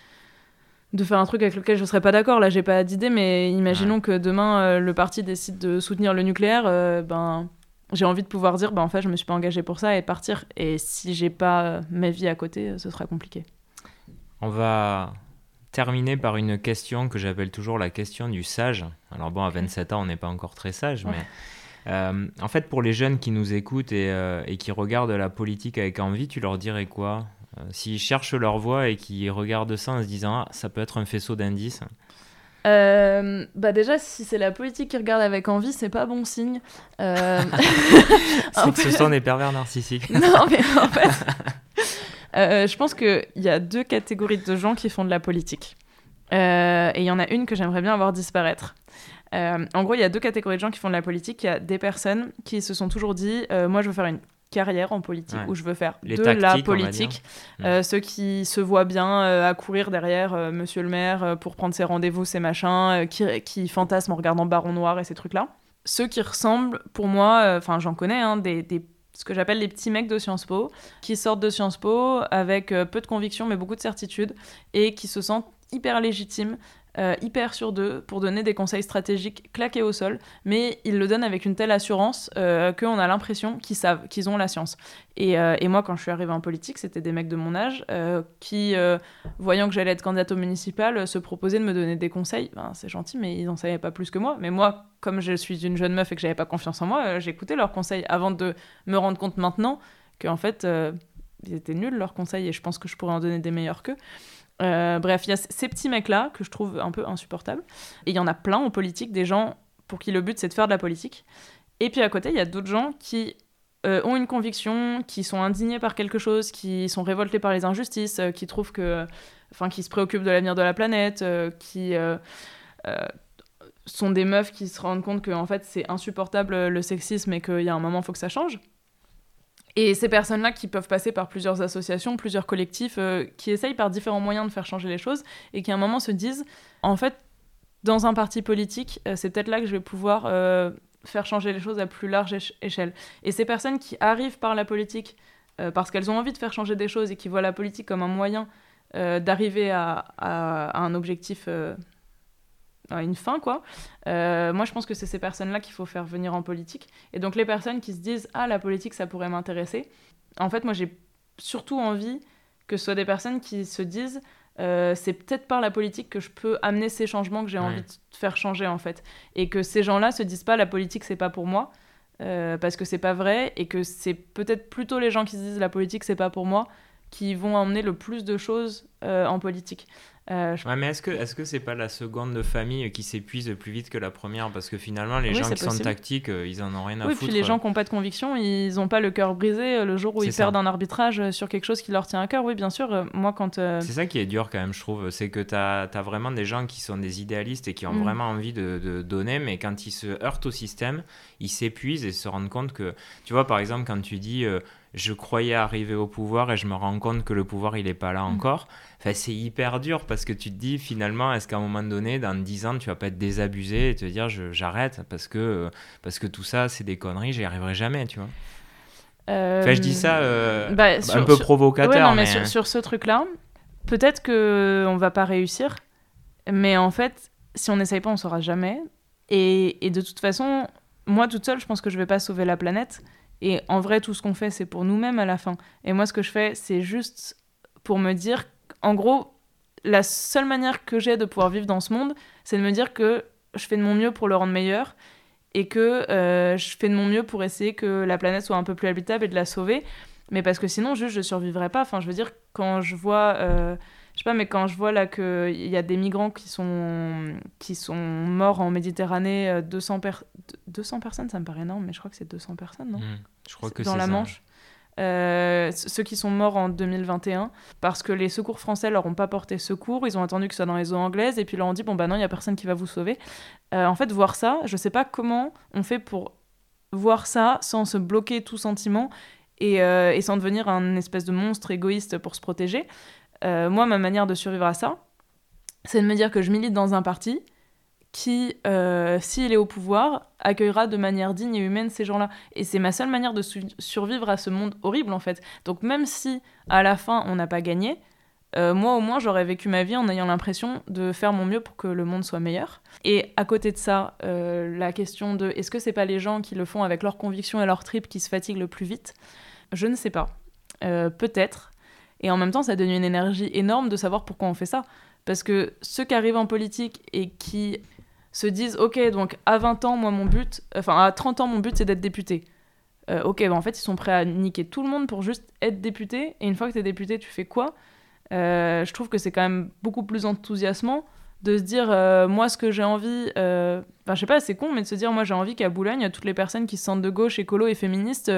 de faire un truc avec lequel je serais pas d'accord. Là, j'ai pas d'idée, mais imaginons que demain, le parti décide de soutenir le nucléaire, j'ai envie de pouvoir dire, en fait, je me suis pas engagée pour ça et partir. Et si j'ai pas ma vie à côté, ce sera compliqué. On va terminer par une question que j'appelle toujours la question du sage. Alors bon, à 27 ans, on n'est pas encore très sage, mais en fait, pour les jeunes qui nous écoutent et qui regardent la politique avec envie, tu leur dirais quoi ? S'ils cherchent leur voie et qu'ils regardent ça en se disant « Ah, ça peut être un faisceau d'indices ». Déjà, si c'est la politique qui regarde avec envie, c'est pas bon signe. C'est que ce sont des pervers narcissiques. Non, mais en fait, je pense qu'il y a 2 catégories de gens qui font de la politique. Et il y en a une que j'aimerais bien voir disparaître. En gros, il y a 2 catégories de gens qui font de la politique. Il y a des personnes qui se sont toujours dit moi, je veux faire une carrière en politique, où je veux faire la politique. Ceux qui se voient bien à courir derrière monsieur le maire pour prendre ses rendez-vous, ses machins, qui fantasment en regardant Baron Noir et ces trucs-là. Ceux qui ressemblent, pour moi, j'en connais, ce que j'appelle les petits mecs de Sciences Po, qui sortent de Sciences Po avec peu de conviction mais beaucoup de certitude, et qui se sentent hyper légitimes, hyper sûrs d'eux pour donner des conseils stratégiques claqués au sol, mais ils le donnent avec une telle assurance qu'on a l'impression qu'ils savent, qu'ils ont la science. Et moi, quand je suis arrivée en politique, c'était des mecs de mon âge qui, voyant que j'allais être candidate au municipal, se proposaient de me donner des conseils. C'est gentil, mais ils n'en savaient pas plus que moi. Mais moi, comme je suis une jeune meuf et que j'avais pas confiance en moi, j'écoutais leurs conseils avant de me rendre compte maintenant qu'en fait... ils étaient nuls leurs conseils et je pense que je pourrais en donner des meilleurs qu'eux. Bref, il y a ces petits mecs-là que je trouve un peu insupportables. Et il y en a plein en politique, des gens pour qui le but c'est de faire de la politique. Et puis à côté, il y a d'autres gens qui ont une conviction, qui sont indignés par quelque chose, qui sont révoltés par les injustices, qui trouvent qui se préoccupent de l'avenir de la planète, qui sont des meufs qui se rendent compte que en fait, c'est insupportable le sexisme et qu'il y a un moment, il faut que ça change. Et ces personnes-là qui peuvent passer par plusieurs associations, plusieurs collectifs, qui essayent par différents moyens de faire changer les choses et qui à un moment se disent, en fait, dans un parti politique, c'est peut-être là que je vais pouvoir faire changer les choses à plus large échelle. Et ces personnes qui arrivent par la politique parce qu'elles ont envie de faire changer des choses et qui voient la politique comme un moyen d'arriver à un objectif, à une fin, quoi. Moi, je pense que c'est ces personnes-là qu'il faut faire venir en politique. Et donc, les personnes qui se disent « Ah, la politique, ça pourrait m'intéresser », en fait, moi, j'ai surtout envie que ce soit des personnes qui se disent c'est peut-être par la politique que je peux amener ces changements que j'ai envie de faire changer, en fait. Et que ces gens-là se disent pas « La politique, c'est pas pour moi », parce que c'est pas vrai, et que c'est peut-être plutôt les gens qui se disent « La politique, c'est pas pour moi », qui vont emmener le plus de choses en politique. Mais est-ce que c'est pas la seconde famille qui s'épuise plus vite que la première? Parce que finalement, les gens qui sont tactiques, ils en ont rien à foutre. Oui, puis les gens qui n'ont pas de conviction, ils n'ont pas le cœur brisé le jour où ils perdent un arbitrage sur quelque chose qui leur tient à cœur. Oui, bien sûr. Moi, quand... C'est ça qui est dur quand même, je trouve. C'est que t'as vraiment des gens qui sont des idéalistes et qui ont vraiment envie de donner, mais quand ils se heurtent au système, ils s'épuisent et se rendent compte que... Tu vois, par exemple, quand tu dis... je croyais arriver au pouvoir et je me rends compte que le pouvoir, il n'est pas là encore. Enfin, c'est hyper dur parce que tu te dis, finalement, est-ce qu'à un moment donné, dans 10 ans, tu vas pas être désabusé et te dire, j'arrête parce que tout ça, c'est des conneries, j'y arriverai jamais, tu vois. Enfin, je dis ça un peu provocateur. Ouais, non, mais sur ce truc-là, peut-être qu'on ne va pas réussir, mais en fait, si on n'essaye pas, on ne saura jamais. Et de toute façon, moi, toute seule, je pense que je ne vais pas sauver la planète. Et en vrai, tout ce qu'on fait, c'est pour nous-mêmes à la fin. Et moi, ce que je fais, c'est juste pour me dire, en gros, la seule manière que j'ai de pouvoir vivre dans ce monde, c'est de me dire que je fais de mon mieux pour le rendre meilleur et que je fais de mon mieux pour essayer que la planète soit un peu plus habitable et de la sauver. Mais parce que sinon, juste, je survivrai pas. Enfin, je veux dire, quand je vois... je sais pas, mais quand je vois là qu'il y a des migrants qui sont morts en Méditerranée, 200 personnes, ça me paraît énorme, mais je crois que c'est 200 personnes, non ? Je crois que dans c'est la ça. Manche. Ceux qui sont morts en 2021, parce que les secours français leur ont pas porté secours, ils ont attendu que ce soit dans les eaux anglaises, et puis ils leur ont dit, bon bah non, il y a personne qui va vous sauver. En fait, voir ça, je sais pas comment on fait pour voir ça sans se bloquer tout sentiment, et sans devenir un espèce de monstre égoïste pour se protéger. Moi, ma manière de survivre à ça, c'est de me dire que je milite dans un parti qui, s'il est au pouvoir, accueillera de manière digne et humaine ces gens-là. Et c'est ma seule manière de survivre à ce monde horrible, en fait. Donc même si, à la fin, on n'a pas gagné, moi, au moins, j'aurais vécu ma vie en ayant l'impression de faire mon mieux pour que le monde soit meilleur. Et à côté de ça, la question de est-ce que c'est pas les gens qui le font avec leurs convictions et leurs tripes qui se fatiguent le plus vite ? Je ne sais pas. Peut-être. Et en même temps, ça donne une énergie énorme de savoir pourquoi on fait ça. Parce que ceux qui arrivent en politique et qui se disent « Ok, donc à 20 ans, moi, à 30 ans, mon but, c'est d'être député. » Ok, en fait, ils sont prêts à niquer tout le monde pour juste être député. Et une fois que t'es député, tu fais quoi ? Je trouve que c'est quand même beaucoup plus enthousiasmant de se dire moi, ce que j'ai envie... je sais pas, c'est con, mais de se dire moi, j'ai envie qu'à Boulogne, toutes les personnes qui se sentent de gauche, écolo et féministes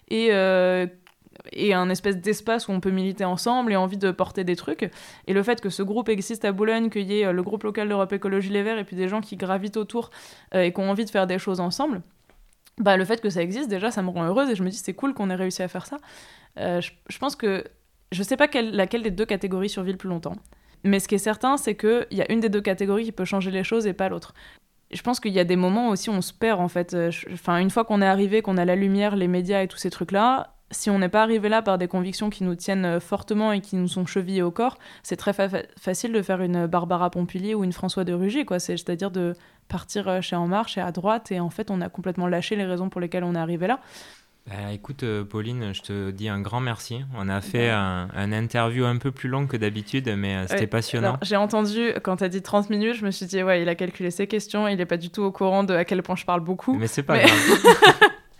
et un espèce d'espace où on peut militer ensemble et envie de porter des trucs. Et le fait que ce groupe existe à Boulogne, qu'il y ait le groupe local d'Europe Écologie Les Verts et puis des gens qui gravitent autour et qui ont envie de faire des choses ensemble, le fait que ça existe, déjà, ça me rend heureuse et je me dis c'est cool qu'on ait réussi à faire ça. Je pense que je sais pas laquelle des deux catégories survit le plus longtemps. Mais ce qui est certain, c'est qu'il y a une des deux catégories qui peut changer les choses et pas l'autre. Je pense qu'il y a des moments aussi où on se perd, en fait. Une fois qu'on est arrivé, qu'on a la lumière, les médias et tous ces trucs-là, si on n'est pas arrivé là par des convictions qui nous tiennent fortement et qui nous sont chevillées au corps, c'est très facile de faire une Barbara Pompili ou une François de Rugy, quoi. C'est-à-dire de partir chez En Marche et à droite, et en fait, on a complètement lâché les raisons pour lesquelles on est arrivé là. Écoute, Pauline, je te dis un grand merci. On a fait un interview un peu plus long que d'habitude, mais c'était passionnant. Alors, j'ai entendu, quand tu as dit 30 minutes, je me suis dit, ouais, il a calculé ses questions, il n'est pas du tout au courant de à quel point je parle beaucoup. Mais c'est pas grave.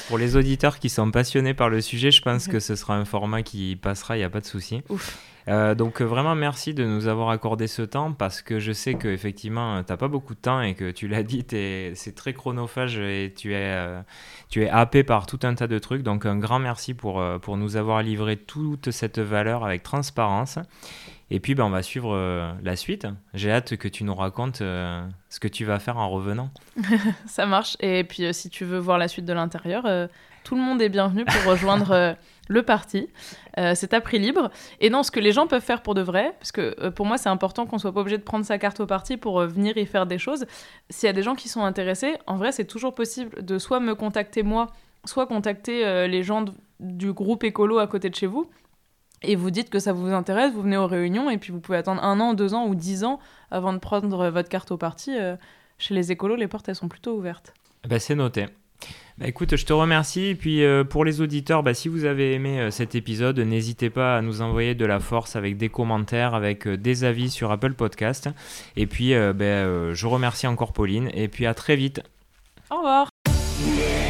Pour les auditeurs qui sont passionnés par le sujet, je pense que ce sera un format qui passera, il n'y a pas de souci. Donc vraiment merci de nous avoir accordé ce temps parce que je sais qu'effectivement tu n'as pas beaucoup de temps et que tu l'as dit, c'est très chronophage et tu es happé par tout un tas de trucs. Donc un grand merci pour nous avoir livré toute cette valeur avec transparence. Et puis on va suivre la suite. J'ai hâte que tu nous racontes ce que tu vas faire en revenant. Ça marche. Et puis si tu veux voir la suite de l'intérieur, tout le monde est bienvenu pour rejoindre le parti. C'est à prix libre. Et non, ce que les gens peuvent faire pour de vrai, parce que pour moi c'est important qu'on soit pas obligé de prendre sa carte au parti pour venir y faire des choses. S'il y a des gens qui sont intéressés, en vrai c'est toujours possible de soit me contacter moi, soit contacter les gens du groupe écolo à côté de chez vous. Et vous dites que ça vous intéresse, vous venez aux réunions et puis vous pouvez attendre 1 an, 2 ans ou 10 ans avant de prendre votre carte au parti. Chez les écolos, les portes, elles sont plutôt ouvertes. C'est noté. Écoute, je te remercie. Et puis pour les auditeurs, si vous avez aimé cet épisode, n'hésitez pas à nous envoyer de la force avec des commentaires, avec des avis sur Apple Podcast. Et puis je remercie encore Pauline et puis à très vite. Au revoir.